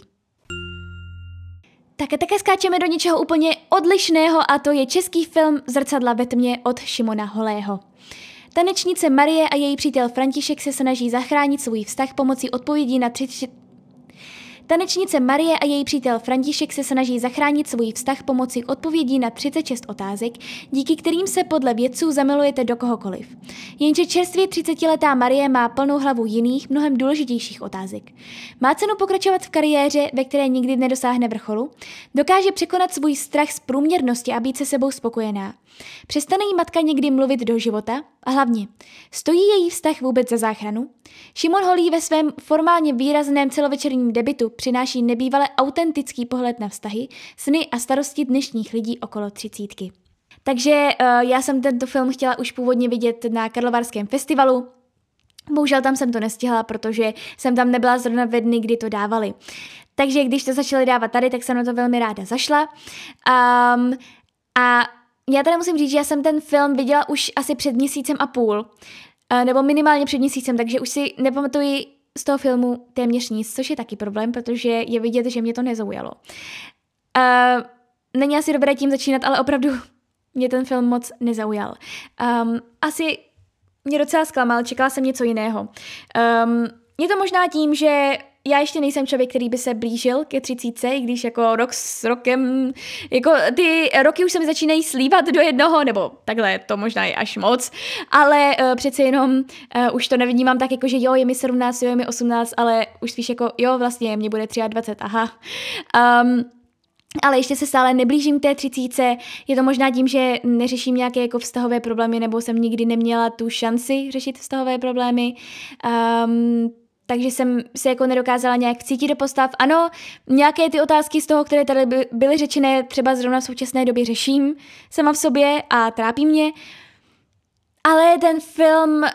Tak a také skáčeme do něčeho úplně odlišného a to je český film Zrcadla ve tmě od Šimona Holého. Tanečnice Marie a její přítel František se snaží zachránit svůj vztah pomocí odpovědí na tři... Tanečnice Marie a její přítel František se snaží zachránit svůj vztah pomocí odpovědí na třicet šest otázek, díky kterým se podle vědců zamilujete do kohokoliv. Jenže čerstvě třicetiletá Marie má plnou hlavu jiných, mnohem důležitějších otázek. Má cenu pokračovat v kariéře, ve které nikdy nedosáhne vrcholu? Dokáže překonat svůj strach z průměrnosti a být se sebou spokojená? Přestane jí matka někdy mluvit do života? A hlavně, stojí její vztah vůbec za záchranu? Šimon Holý ve svém formálně výrazném celovečerním debutu přináší nebývale autentický pohled na vztahy, sny a starosti dnešních lidí okolo třicítky. Takže uh, já jsem tento film chtěla už původně vidět na Karlovarském festivalu. Bohužel tam jsem to nestihla, protože jsem tam nebyla zrovna ve dny, kdy to dávali. Takže když to začali dávat tady, tak jsem na to velmi ráda zašla. Um, a já tady musím říct, že já jsem ten film viděla už asi před měsícem a půl, nebo minimálně před měsícem, takže už si nepamatuji z toho filmu téměř nic, což je taky problém, protože je vidět, že mě to nezaujalo. Uh, není asi dobré tím začínat, ale opravdu mě ten film moc nezaujal. Um, asi mě docela zklamal, čekala jsem něco jiného. Um, je to možná tím, že já ještě nejsem člověk, který by se blížil ke třicítce, i když jako rok s rokem, jako ty roky už se mi začínají slívat do jednoho, nebo takhle, to možná je až moc, ale uh, přece jenom uh, už to nevnímám tak jako, že jo, je mi sedmnáct, jo, je mi osmnáct, ale už spíš jako, jo, vlastně, mě bude dvacet tři, aha. Um, ale ještě se stále neblížím k té třicítce, je to možná tím, že neřeším nějaké jako vztahové problémy, nebo jsem nikdy neměla tu šanci řešit vztahové problémy, um, takže jsem se jako nedokázala nějak cítit do postav. Ano, nějaké ty otázky z toho, které tady by, byly řečené, třeba zrovna v současné době řeším sama v sobě a trápí mě, ale ten film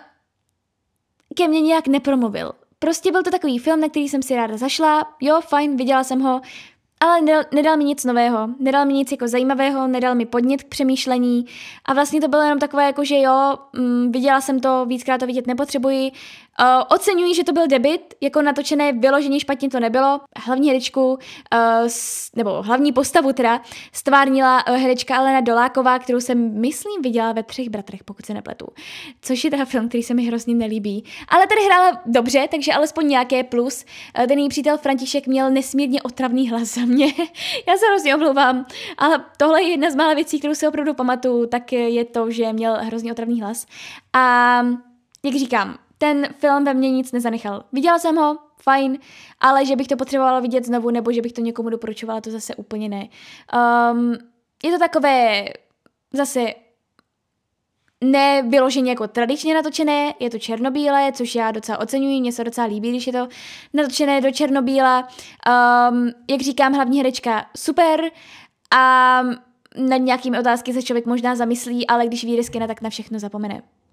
ke mně nějak nepromluvil. Prostě byl to takový film, na který jsem si ráda zašla, jo, fajn, viděla jsem ho, ale nedal, nedal mi nic nového, nedal mi nic jako zajímavého, nedal mi podnět k přemýšlení a vlastně to bylo jenom takové jako, že jo, mm, viděla jsem to, víckrát to vidět nepotřebuji, uh, oceňuji, že to byl debut, jako natočené vyloženě špatně to nebylo, hlavní herečku, uh, s, nebo hlavní postavu teda, stvárnila uh, herečka Alena Doláková, kterou jsem, myslím, viděla ve Třech bratrech, pokud se nepletu, což je teda film, který se mi hrozně nelíbí, ale tady hrála dobře, takže alespoň nějaké plus, uh, ten její přítel František měl nesmírně otravný hlas za mě. Já se hrozně omlouvám, ale tohle je jedna z mála věcí, kterou si opravdu pamatuju, tak je to, že měl hrozně otravný hlas. A jak říkám, ten film ve mně nic nezanechal. Viděla jsem ho, fajn, ale že bych to potřebovala vidět znovu, nebo že bych to někomu doporučovala, to zase úplně ne. Um, je to takové zase nevyloženě jako tradičně natočené, je to černobílé, což já docela oceňuji, mně se docela líbí, když je to natočené do černobíla. Um, jak říkám, hlavní herečka super a nad nějakými otázky se člověk možná zamyslí, ale když vyjde z kina, tak na všechno zapomene.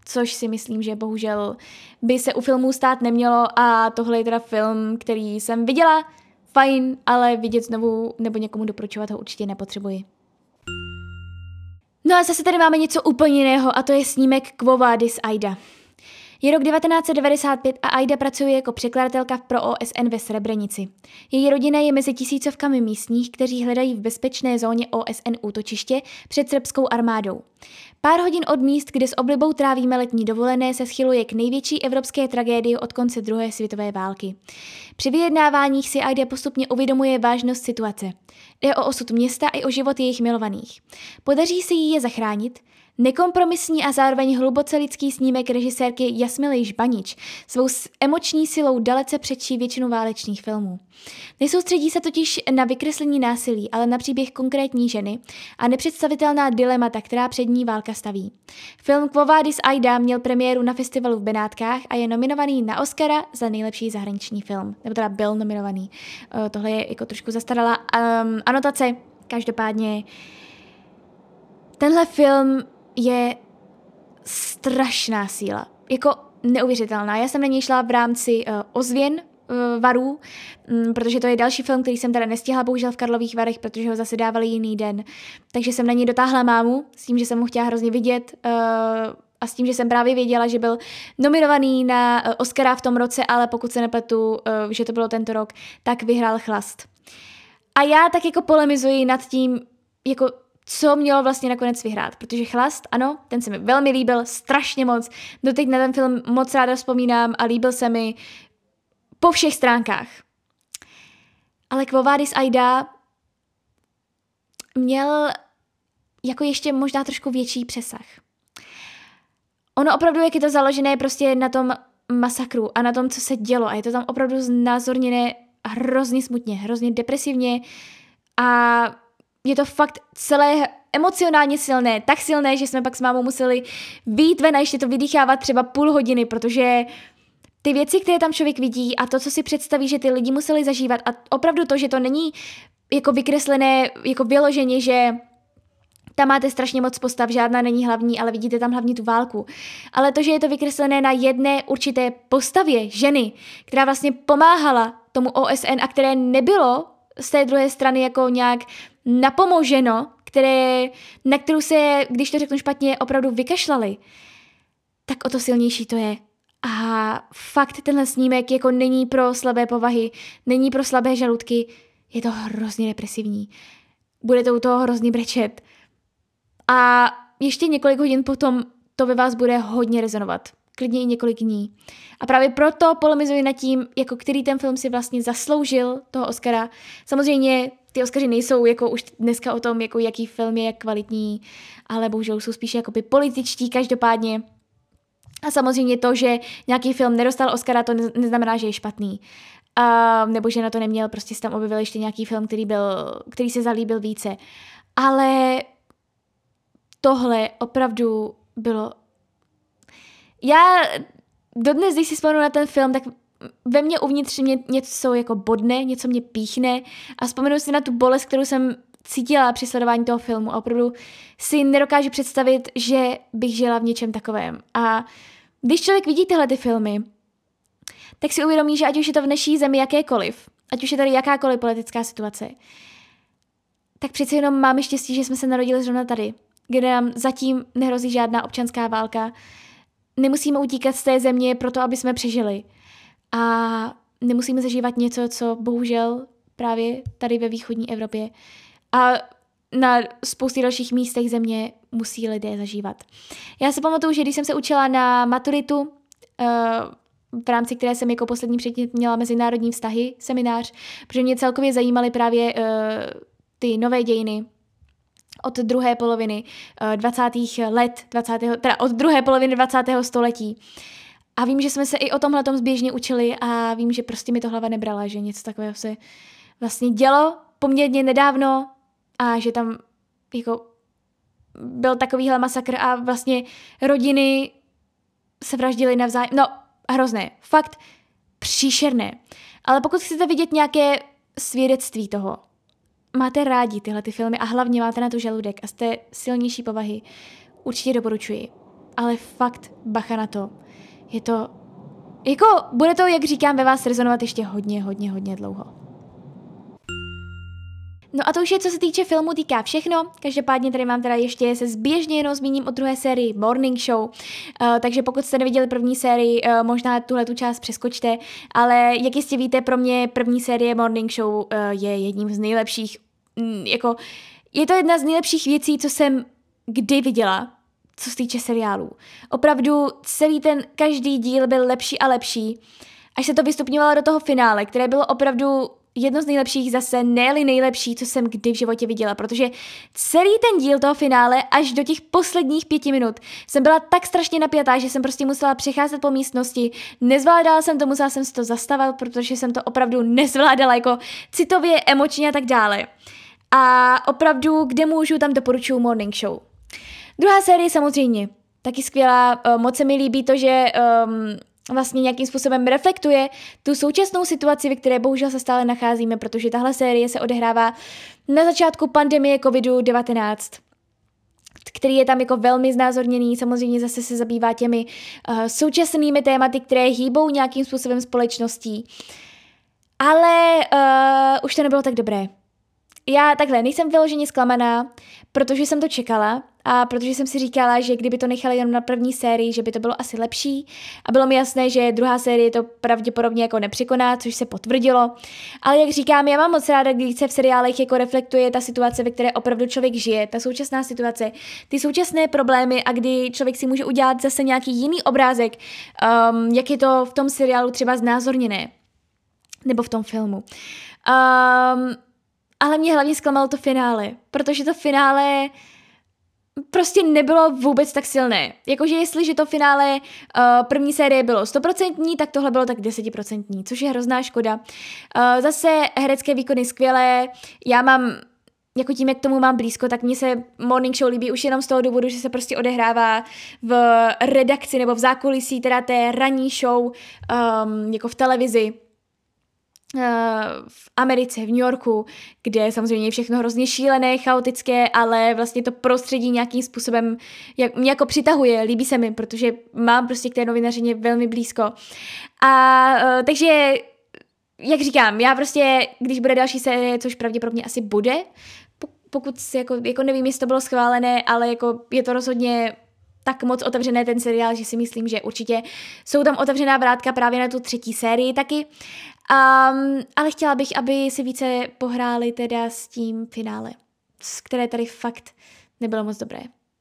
což si myslím, že bohužel by se u filmů stát nemělo a tohle je teda film, který jsem viděla, fajn, ale vidět znovu nebo někomu doporučovat ho určitě nepotřebuji. No a zase tady máme něco úplně jiného a to je snímek Quo Vadis Aida. Je rok devatenáct set devadesát pět a Aida pracuje jako překladatelka pro O S N ve Srebrenici. Její rodina je mezi tisícovkami místních, kteří hledají v bezpečné zóně O S N útočiště před srbskou armádou. Pár hodin od míst, kde s oblibou trávíme letní dovolené, se schyluje k největší evropské tragédii od konce druhé světové války. Při vyjednáváních si Aida postupně uvědomuje vážnost situace. Jde o osud města i o život jejich milovaných. Podaří se jí je zachránit? Nekompromisní a zároveň hluboce lidský snímek režisérky Jasmily Žbanič svou emoční silou dalece předčí většinu válečných filmů. Nesoustředí se totiž na vykreslení násilí, ale na příběh konkrétní ženy a nepředstavitelná dilemata, která před ní válka staví. Film Quo Vadis Aida měl premiéru na festivalu v Benátkách a je nominovaný na Oscara za nejlepší zahraniční film. Nebo teda byl nominovaný. Uh, tohle je jako trošku zastaralá um, anotace. Každopádně tenhle film je strašná síla. Jako neuvěřitelná. Já jsem na něj šla v rámci uh, ozvěn uh, Varů, um, protože to je další film, který jsem teda nestihla bohužel v Karlových Varech, protože ho zase dávali jiný den. Takže jsem na něj dotáhla mámu, s tím, že jsem ho chtěla hrozně vidět uh, a s tím, že jsem právě věděla, že byl nominovaný na uh, Oscara v tom roce, ale pokud se nepletu, uh, že to bylo tento rok, tak vyhrál Chlast. A já tak jako polemizuji nad tím, jako co mělo vlastně nakonec vyhrát, protože Chlast, ano, ten se mi velmi líbil, strašně moc, doteď na ten film moc ráda vzpomínám a líbil se mi po všech stránkách. Ale Quo Vadis Aida měl jako ještě možná trošku větší přesah. Ono opravdu, jak je to založené prostě na tom masakru a na tom, co se dělo a je to tam opravdu znázorněné hrozně smutně, hrozně depresivně a je to fakt celé emocionálně silné, tak silné, že jsme pak s mámou museli vyjít ven a ještě to vydýchávat třeba půl hodiny, protože ty věci, které tam člověk vidí a to, co si představí, že ty lidi museli zažívat a opravdu to, že to není jako vykreslené, jako vyloženě, že tam máte strašně moc postav, žádná není hlavní, ale vidíte tam hlavně tu válku. Ale to, že je to vykreslené na jedné určité postavě ženy, která vlastně pomáhala tomu O S N a které nebylo z té druhé strany jako nějak napomoženo, které, na kterou se, když to řeknu špatně, opravdu vykašlali, tak o to silnější to je. A fakt tenhle snímek jako není pro slabé povahy, není pro slabé žaludky, je to hrozně depresivní. Budete u toho hrozně brečet. A ještě několik hodin potom to ve vás bude hodně rezonovat. Klidně i několik dní. A právě proto polemizuji nad tím, jako který ten film si vlastně zasloužil toho Oscara. Samozřejmě ty Oscary nejsou jako už dneska o tom, jako jaký film je kvalitní, ale bohužel jsou spíše jakoby političtí každopádně. A samozřejmě to, že nějaký film nedostal Oscara, to neznamená, že je špatný. A, nebo že na to neměl, prostě se tam objevil ještě nějaký film, který, byl, který se zalíbil více. Ale tohle opravdu bylo... Já dodnes, když si vzpomenu na ten film, tak ve mně uvnitř mě něco jako bodne, něco mě píchne a vzpomenu si na tu bolest, kterou jsem cítila při sledování toho filmu a opravdu si nedokážu představit, že bych žila v něčem takovém. A když člověk vidí tyhle ty filmy, tak si uvědomí, že ať už je to v naší zemi jakékoliv, ať už je tady jakákoliv politická situace, tak přeci jenom máme štěstí, že jsme se narodili zrovna tady, kde nám zatím nehrozí žádná občanská válka. Nemusíme utíkat z té země proto, aby jsme přežili. A nemusíme zažívat něco, co bohužel právě tady ve východní Evropě a na spoustě dalších místech země musí lidé zažívat. Já si pamatuju, že když jsem se učila na maturitu, v rámci které jsem jako poslední předmět měla mezinárodní vztahy, seminář, protože mě celkově zajímaly právě ty nové dějiny od druhé poloviny dvacátých let, dvacátého teda od druhé poloviny dvacátého století. A vím, že jsme se i o tomhletom zběžně učili a vím, že prostě mi to hlava nebrala, že něco takového se vlastně dělo poměrně nedávno a že tam jako byl takovýhle masakr a vlastně rodiny se vraždily navzájem. No, hrozné. Fakt příšerné. Ale pokud chcete vidět nějaké svědectví toho, máte rádi tyhle ty filmy a hlavně máte na to žaludek a jste silnější povahy, určitě doporučuji. ale fakt bacha na to. Je to, jako, bude to, jak říkám, ve vás rezonovat ještě hodně, hodně, hodně dlouho. No a to už je, co se týče filmu, týká všechno. Každopádně tady mám teda ještě se zběžně jenom zmíním o druhé sérii Morning Show. Uh, takže pokud jste neviděli první sérii, uh, možná tuhle tu část přeskočte, ale jak jistě víte, pro mě první série Morning Show uh, je jedním z nejlepších, mm, jako, je to jedna z nejlepších věcí, co jsem kdy viděla, co se týče seriálů. Opravdu celý ten, každý díl byl lepší a lepší, až se to vystupňovalo do toho finále, které bylo opravdu jedno z nejlepších, zase ne-li nejlepší, co jsem kdy v životě viděla, protože celý ten díl toho finále až do těch posledních pěti minut jsem byla tak strašně napjatá, že jsem prostě musela přecházet po místnosti, nezvládala jsem to, musela jsem si to zastavit, protože jsem to opravdu nezvládala jako citově, emočně a tak dále. A opravdu, kde můžu, tam doporučuji Morning Show. Druhá série samozřejmě, taky skvělá, moc se mi líbí to, že um, vlastně nějakým způsobem reflektuje tu současnou situaci, ve které bohužel se stále nacházíme, protože tahle série se odehrává na začátku pandemie kovidu devatenáct, který je tam jako velmi znázorněný, samozřejmě zase se zabývá těmi uh, současnými tématy, které hýbou nějakým způsobem společností. Ale uh, už to nebylo tak dobré. Já takhle nejsem vyloženě zklamaná, protože jsem to čekala a protože jsem si říkala, že kdyby to nechali jenom na první sérii, že by to bylo asi lepší a bylo mi jasné, že druhá série to pravděpodobně jako nepřekoná, což se potvrdilo. Ale jak říkám, já mám moc ráda, když se v seriálech jako reflektuje ta situace, ve které opravdu člověk žije, ta současná situace, ty současné problémy a kdy člověk si může udělat zase nějaký jiný obrázek, um, jak je to v tom seriálu třeba znázorněné, nebo v tom filmu. Um, Ale mě hlavně zklamalo to finále, protože to finále prostě nebylo vůbec tak silné. Jakože jestliže to finále uh, první série bylo stoprocentní, tak tohle bylo tak desetiprocentní, což je hrozná škoda. Uh, zase herecké výkony skvělé, já mám, jako tím, jak k tomu mám blízko, tak mně se Morning Show líbí už jenom z toho důvodu, že se prostě odehrává v redakci nebo v zákulisí teda té ranní show, um, jako v televizi, v Americe, v New Yorku, kde samozřejmě je všechno hrozně šílené, chaotické, ale vlastně to prostředí nějakým způsobem jak, mě jako přitahuje, líbí se mi, protože mám prostě k té novinařině velmi blízko. A uh, takže, jak říkám, já prostě, když bude další série, což pravděpodobně asi bude, pokud jako, jako nevím, jestli to bylo schválené, ale jako je to rozhodně tak moc otevřené ten seriál, že si myslím, že určitě jsou tam otevřená vrátka právě na tu třetí sérii taky. Um, ale chtěla bych, aby si více pohráli teda s tím finále, které tady fakt nebylo moc dobré.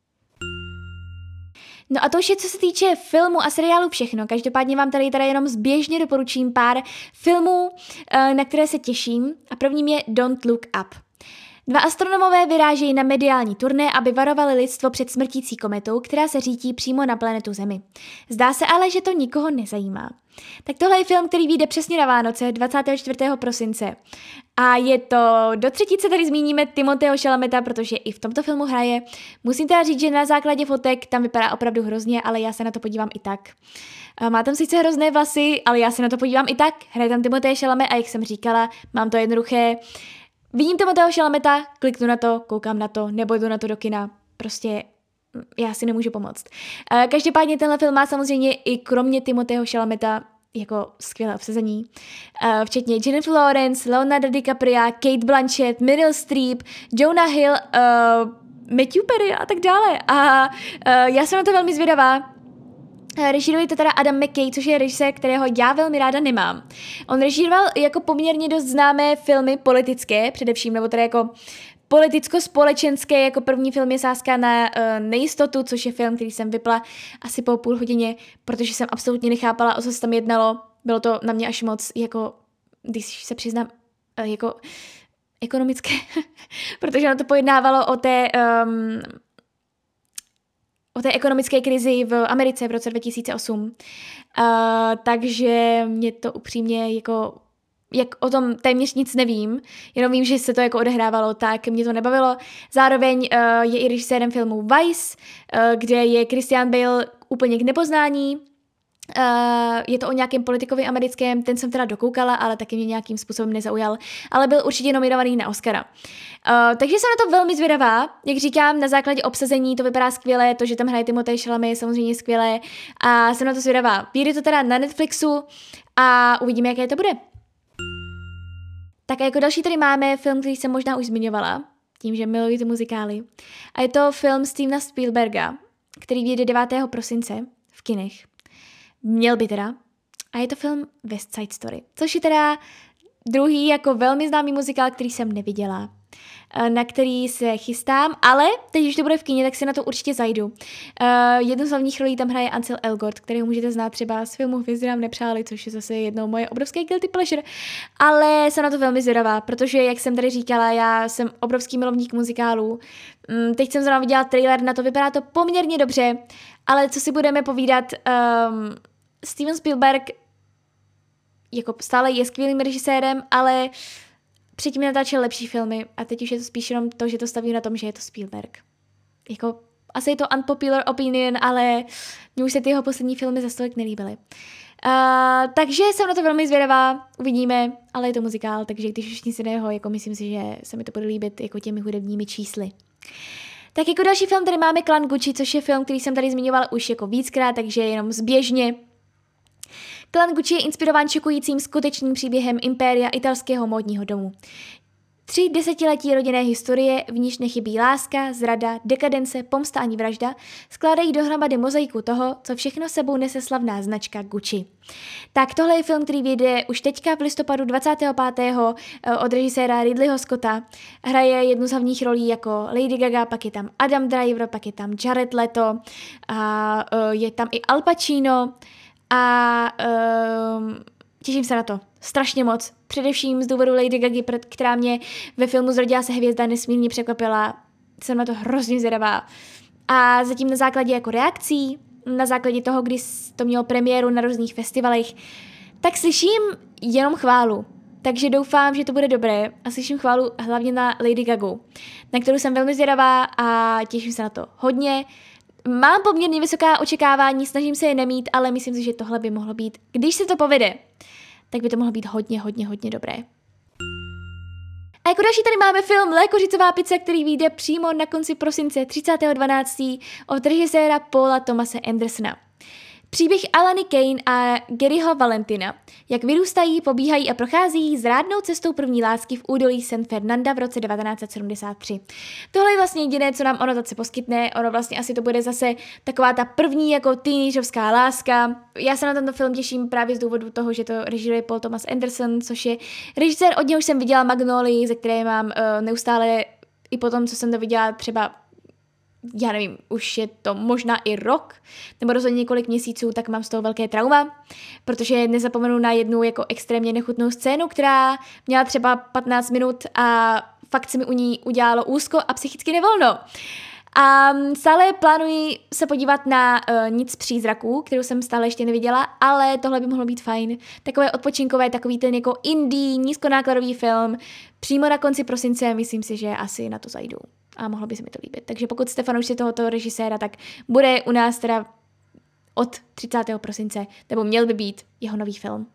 No a to už je, co se týče filmu a seriálu všechno. Každopádně vám tady teda jenom zběžně doporučím pár filmů, na které se těším. A prvním je Don't Look Up. Dva astronomové vyrážejí na mediální turné, aby varovali lidstvo před smrtící kometou, která se řítí přímo na planetu Zemi. Zdá se ale, že to nikoho nezajímá. Tak tohle je film, který vyjde přesně na Vánoce dvacátého čtvrtého prosince. A je to, do třetice tady zmíníme Timothého Chalameta, protože i v tomto filmu hraje. Musím teda říct, že na základě fotek tam vypadá opravdu hrozně, ale já se na to podívám i tak. Má tam sice hrozné vlasy, ale já se na to podívám i tak. Hraje tam Timothée Chalamet a jak jsem říkala, mám to jednoduché. Vidím Timothého Chalameta, kliknu na to, koukám na to, nebo jdu na to do kina. Prostě já si nemůžu pomoct. Každopádně tenhle film má samozřejmě i kromě Timothého Chalameta jako skvělé obsazení, včetně Jennifer Lawrence, Leonardo DiCaprio, Kate Blanchett, Meryl Streep, Jonah Hill, uh, Matthew Perry a tak dále. A uh, já jsem na to velmi zvědavá. Režíruje to teda Adam McKay, což je režisér, kterého já velmi ráda nemám. On režíroval jako poměrně dost známé filmy politické, především, nebo teda jako politicko-společenské, jako první film je Sázka na uh, nejistotu, což je film, který jsem vypla asi po půl hodině, protože jsem absolutně nechápala, o co se tam jednalo. Bylo to na mě až moc, jako, když se přiznám, uh, jako ekonomické, protože ono to pojednávalo o té... Um, o té ekonomické krizi v Americe v roce dva tisíce osm. Uh, takže mě to upřímně jako, jak o tom téměř nic nevím, jenom vím, že se to jako odehrávalo, tak mě to nebavilo. Zároveň uh, je i režisérem filmu Vice, uh, kde je Christian Bale úplně k nepoznání. Uh, je to o nějakém politikovi americkém, ten jsem teda dokoukala, ale taky mě nějakým způsobem nezaujal, ale byl určitě nominovaný na Oscara. Uh, takže jsem na to velmi zvědavá, jak říkám, na základě obsazení to vypadá skvěle, to, že tam hraje Timothée Chalamet je samozřejmě skvělé a jsem na to zvědavá. Vyjde to teda na Netflixu a uvidíme, jaké to bude. Tak a jako další tady máme film, který jsem možná už zmiňovala, tím, že miluji ty muzikály. A je to film Stevena Spielberga, který vyjde devátého prosince v kinech. Měl by teda. A je to film West Side Story, což je teda druhý jako velmi známý muzikál, který jsem neviděla, na který se chystám, ale teď, když to bude v kině, tak se na to určitě zajdu. Uh, jednu z hlavních rolí tam hraje Ansel Elgort, kterého můžete znát třeba z filmu Hvězdy nám nepřáli, což je zase jednou moje obrovské guilty pleasure, ale jsem na to velmi zvědavá, protože, jak jsem tady říkala, já jsem obrovský milovník muzikálů. Um, teď jsem zrovna viděla trailer, na to vypadá to poměrně dobře, ale co si budeme povídat, um, Steven Spielberg jako stále je skvělým režisérem, ale předtím natáčel lepší filmy a teď už je to spíš jenom to, že to staví na tom, že je to Spielberg. Jako, asi je to unpopular opinion, ale mně už se ty jeho poslední filmy za stolik nelíbily. Uh, takže jsem na to velmi zvědavá, uvidíme, ale je to muzikál, takže když už nic jiného, jako myslím si, že se mi to bude líbit jako těmi hudebními čísly. Tak jako další film tady máme Klan Gucci, což je film, který jsem tady zmiňovala už jako víckrát, takže jenom zběžně. Klan Gucci je inspirován šokujícím skutečným příběhem impéria italského módního domu. Tři desetiletí rodinné historie, v níž nechybí láska, zrada, dekadence, pomsta ani vražda, skládají dohromady mozaiku toho, co všechno sebou nese slavná značka Gucci. Tak tohle je film, který vyjde už teďka v listopadu dvacátého pátého od režiséra Ridleyho Scotta. Hraje jednu z hlavních rolí jako Lady Gaga, pak je tam Adam Driver, pak je tam Jared Leto, a je tam i Al Pacino a um, těším se na to. Strašně moc. Především z důvodu Lady Gagy, která mě ve filmu Zrodila se hvězda nesmírně překvapila. Jsem na to hrozně zvědavá. A zatím na základě jako reakcí, na základě toho, kdy to mělo premiéru na různých festivalech, tak slyším jenom chválu. Takže doufám, že to bude dobré a slyším chválu hlavně na Lady Gagu, na kterou jsem velmi zvědavá a těším se na to hodně. Mám poměrně vysoká očekávání, snažím se je nemít, ale myslím si, že tohle by mohlo být, když se to povede, tak by to mohlo být hodně, hodně, hodně dobré. A jako další tady máme film Lékořicová pizza, který vyjde přímo na konci prosince třicátého dvanáctého od režiséra Paula Thomase Andersona. Příběh Alany Kane a Garyho Valentina, jak vyrůstají, pobíhají a procházejí zrádnou cestou první lásky v údolí San Fernanda v roce devatenáct set sedmdesát tři. Tohle je vlastně jediné, co nám ono zase poskytne, ono vlastně asi to bude zase taková ta první jako teenagerovská láska. Já se na tento film těším právě z důvodu toho, že to režíruje Paul Thomas Anderson, což je režisér, od něho už jsem viděla Magnolia, ze které mám uh, neustále i potom, co jsem to viděla třeba já nevím, už je to možná i rok, nebo rozhodně několik měsíců, tak mám z toho velké trauma, protože nezapomenu na jednu jako extrémně nechutnou scénu, která měla třeba patnáct minut a fakt se mi u ní udělalo úzko a psychicky nevolno. A stále plánuji se podívat na uh, Nic přízraků, kterou jsem stále ještě neviděla, ale tohle by mohlo být fajn. Takové odpočinkové, takový ten jako indie, nízkonákladový film, přímo na konci prosince, myslím si, že asi na to zajdu. A mohlo by se mi to líbit. Takže pokud jste fanoušci tohoto režiséra, tak bude u nás teda od třicátého prosince, nebo měl by být jeho nový film.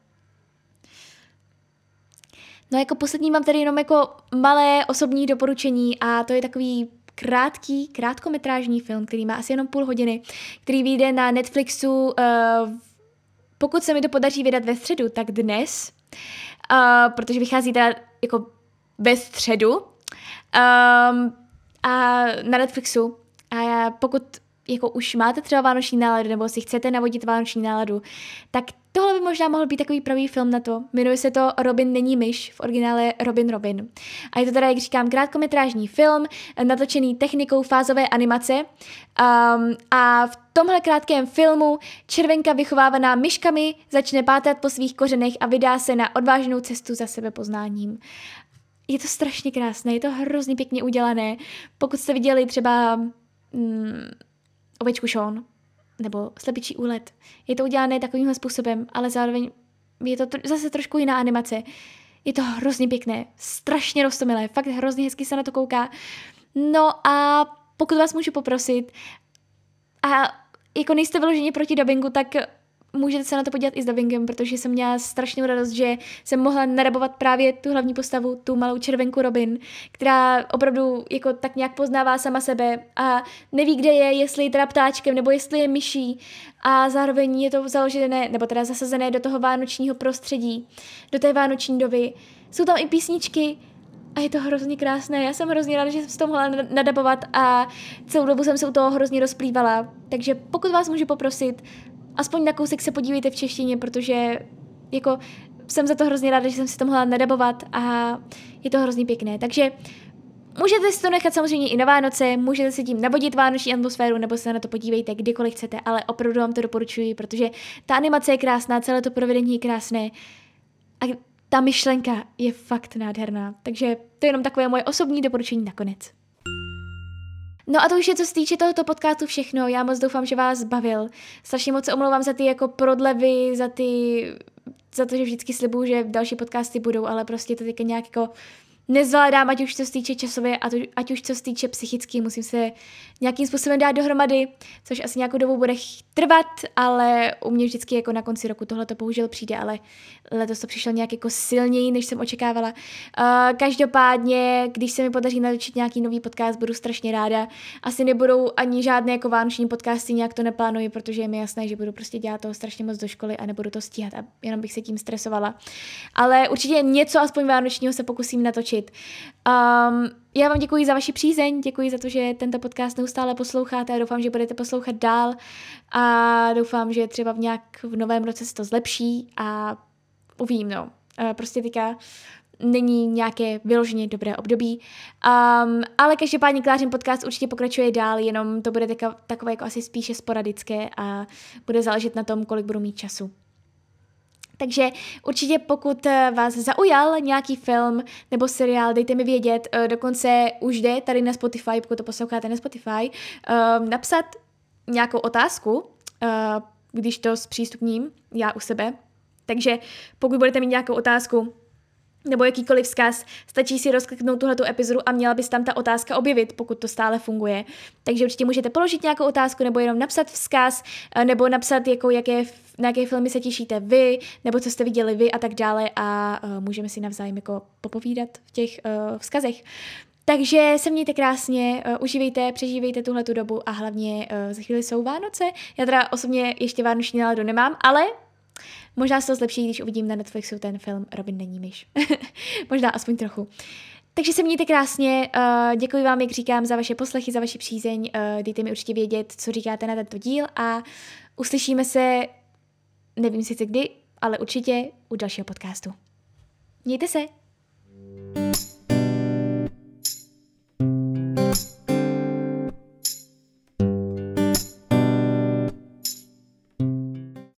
No jako poslední mám tady jenom jako malé osobní doporučení a to je takový krátký, krátkometrážní film, který má asi jenom půl hodiny, který vyjde na Netflixu, uh, pokud se mi to podaří vydat ve středu, tak dnes, uh, protože vychází teda jako ve středu, um, a na Netflixu. A pokud jako už máte třeba vánoční náladu nebo si chcete navodit vánoční náladu, tak tohle by možná mohl být takový pravý film na to. Jmenuje se to Robin není myš, v originále Robin Robin. A je to teda, jak říkám, krátkometrážní film, natočený technikou fázové animace. Um, a v tomhle krátkém filmu červenka vychovávaná myškami začne pátrat po svých kořenech a vydá se na odvážnou cestu za sebepoznáním. Je to strašně krásné, je to hrozně pěkně udělané. Pokud jste viděli třeba mm, Ovečku Sean nebo Slepičí úlet, je to udělané takovýmhle způsobem, ale zároveň je to tr- zase trošku jiná animace. Je to hrozně pěkné, strašně roztomilé, fakt hrozně hezky se na to kouká. No a pokud vás můžu poprosit, a jako nejste vyloženě proti dabingu, tak můžete se na to podívat i s dubbingem, protože jsem měla strašnou radost, že jsem mohla narabovat právě tu hlavní postavu, tu malou červenku Robin, která opravdu jako tak nějak poznává sama sebe a neví, kde je, jestli je teda ptáčkem nebo jestli je myší a zároveň je to založené, nebo teda zasazené do toho vánočního prostředí, do té vánoční doby. Jsou tam i písničky a je to hrozně krásné. Já jsem hrozně ráda, že jsem si to mohla nadabovat a celou dobu jsem se u toho hrozně rozplývala. Takže pokud vás můžu poprosit, aspoň na kousek se podívejte v češtině, protože jako jsem za to hrozně ráda, že jsem si to mohla nadabovat a je to hrozně pěkné. Takže můžete si to nechat samozřejmě i na Vánoce, můžete si tím navodit vánoční atmosféru, nebo se na to podívejte kdykoliv chcete, ale opravdu vám to doporučuji, protože ta animace je krásná, celé to provedení je krásné a ta myšlenka je fakt nádherná. Takže to je jenom takové moje osobní doporučení nakonec. No a to už je, co se týče tohoto podcastu všechno. Já moc doufám, že vás bavil. Strašně moc se omlouvám za ty jako prodlevy, za ty, za to, že vždycky slibuju, že další podcasty budou, ale prostě to teďka nějak jako nezvládám, ať už co se týče časově, ať už co se týče psychicky, musím se nějakým způsobem dát dohromady, což asi nějakou dobu bude trvat, ale u mě vždycky jako na konci roku tohle to bohužel přijde, ale letos to přišlo nějak jako silněji, než jsem očekávala. Uh, každopádně, když se mi podaří natočit nějaký nový podcast, budu strašně ráda. Asi nebudou ani žádné jako vánoční podcasty, nějak to neplánuji, protože je mi jasné, že budu prostě dělat toho strašně moc do školy a nebudu to stíhat a jenom bych se tím stresovala. Ale určitě něco aspoň vánočního se pokusím natočit. Um, já vám děkuji za vaši přízeň, děkuji za to, že tento podcast neustále posloucháte a doufám, že budete poslouchat dál a doufám, že třeba v nějak v novém roce se to zlepší a uvidím, no. Uh, prostě teďka není nějaké vyloženě dobré období, um, ale každopádně Klářin podcast určitě pokračuje dál, jenom to bude teka, takové jako asi spíše sporadické a bude záležet na tom, kolik budu mít času. Takže určitě pokud vás zaujal nějaký film nebo seriál, dejte mi vědět, dokonce už jde tady na Spotify, pokud to posloucháte na Spotify, napsat nějakou otázku, když to zpřístupním já u sebe. Takže pokud budete mít nějakou otázku nebo jakýkoliv vzkaz, stačí si rozkliknout tuhletu epizodu a měla by se tam ta otázka objevit, pokud to stále funguje. Takže určitě můžete položit nějakou otázku nebo jenom napsat vzkaz, nebo napsat, jako jaké, na jaké filmy se těšíte vy, nebo co jste viděli vy a tak dále a uh, můžeme si navzájem jako popovídat v těch uh, vzkazech. Takže se mějte krásně, uh, užívejte, přežívejte tuhletu dobu a hlavně uh, za chvíli jsou Vánoce. Já teda osobně ještě vánoční náladu nemám, ale možná se to zlepší, když uvidím na Netflixu ten film Robin není myš. Možná aspoň trochu. Takže se mějte krásně, uh, děkuji vám, jak říkám, za vaše poslechy, za vaši přízeň, uh, dejte mi určitě vědět, co říkáte na tento díl a uslyšíme se, nevím sice kdy, ale určitě u dalšího podcastu. Mějte se!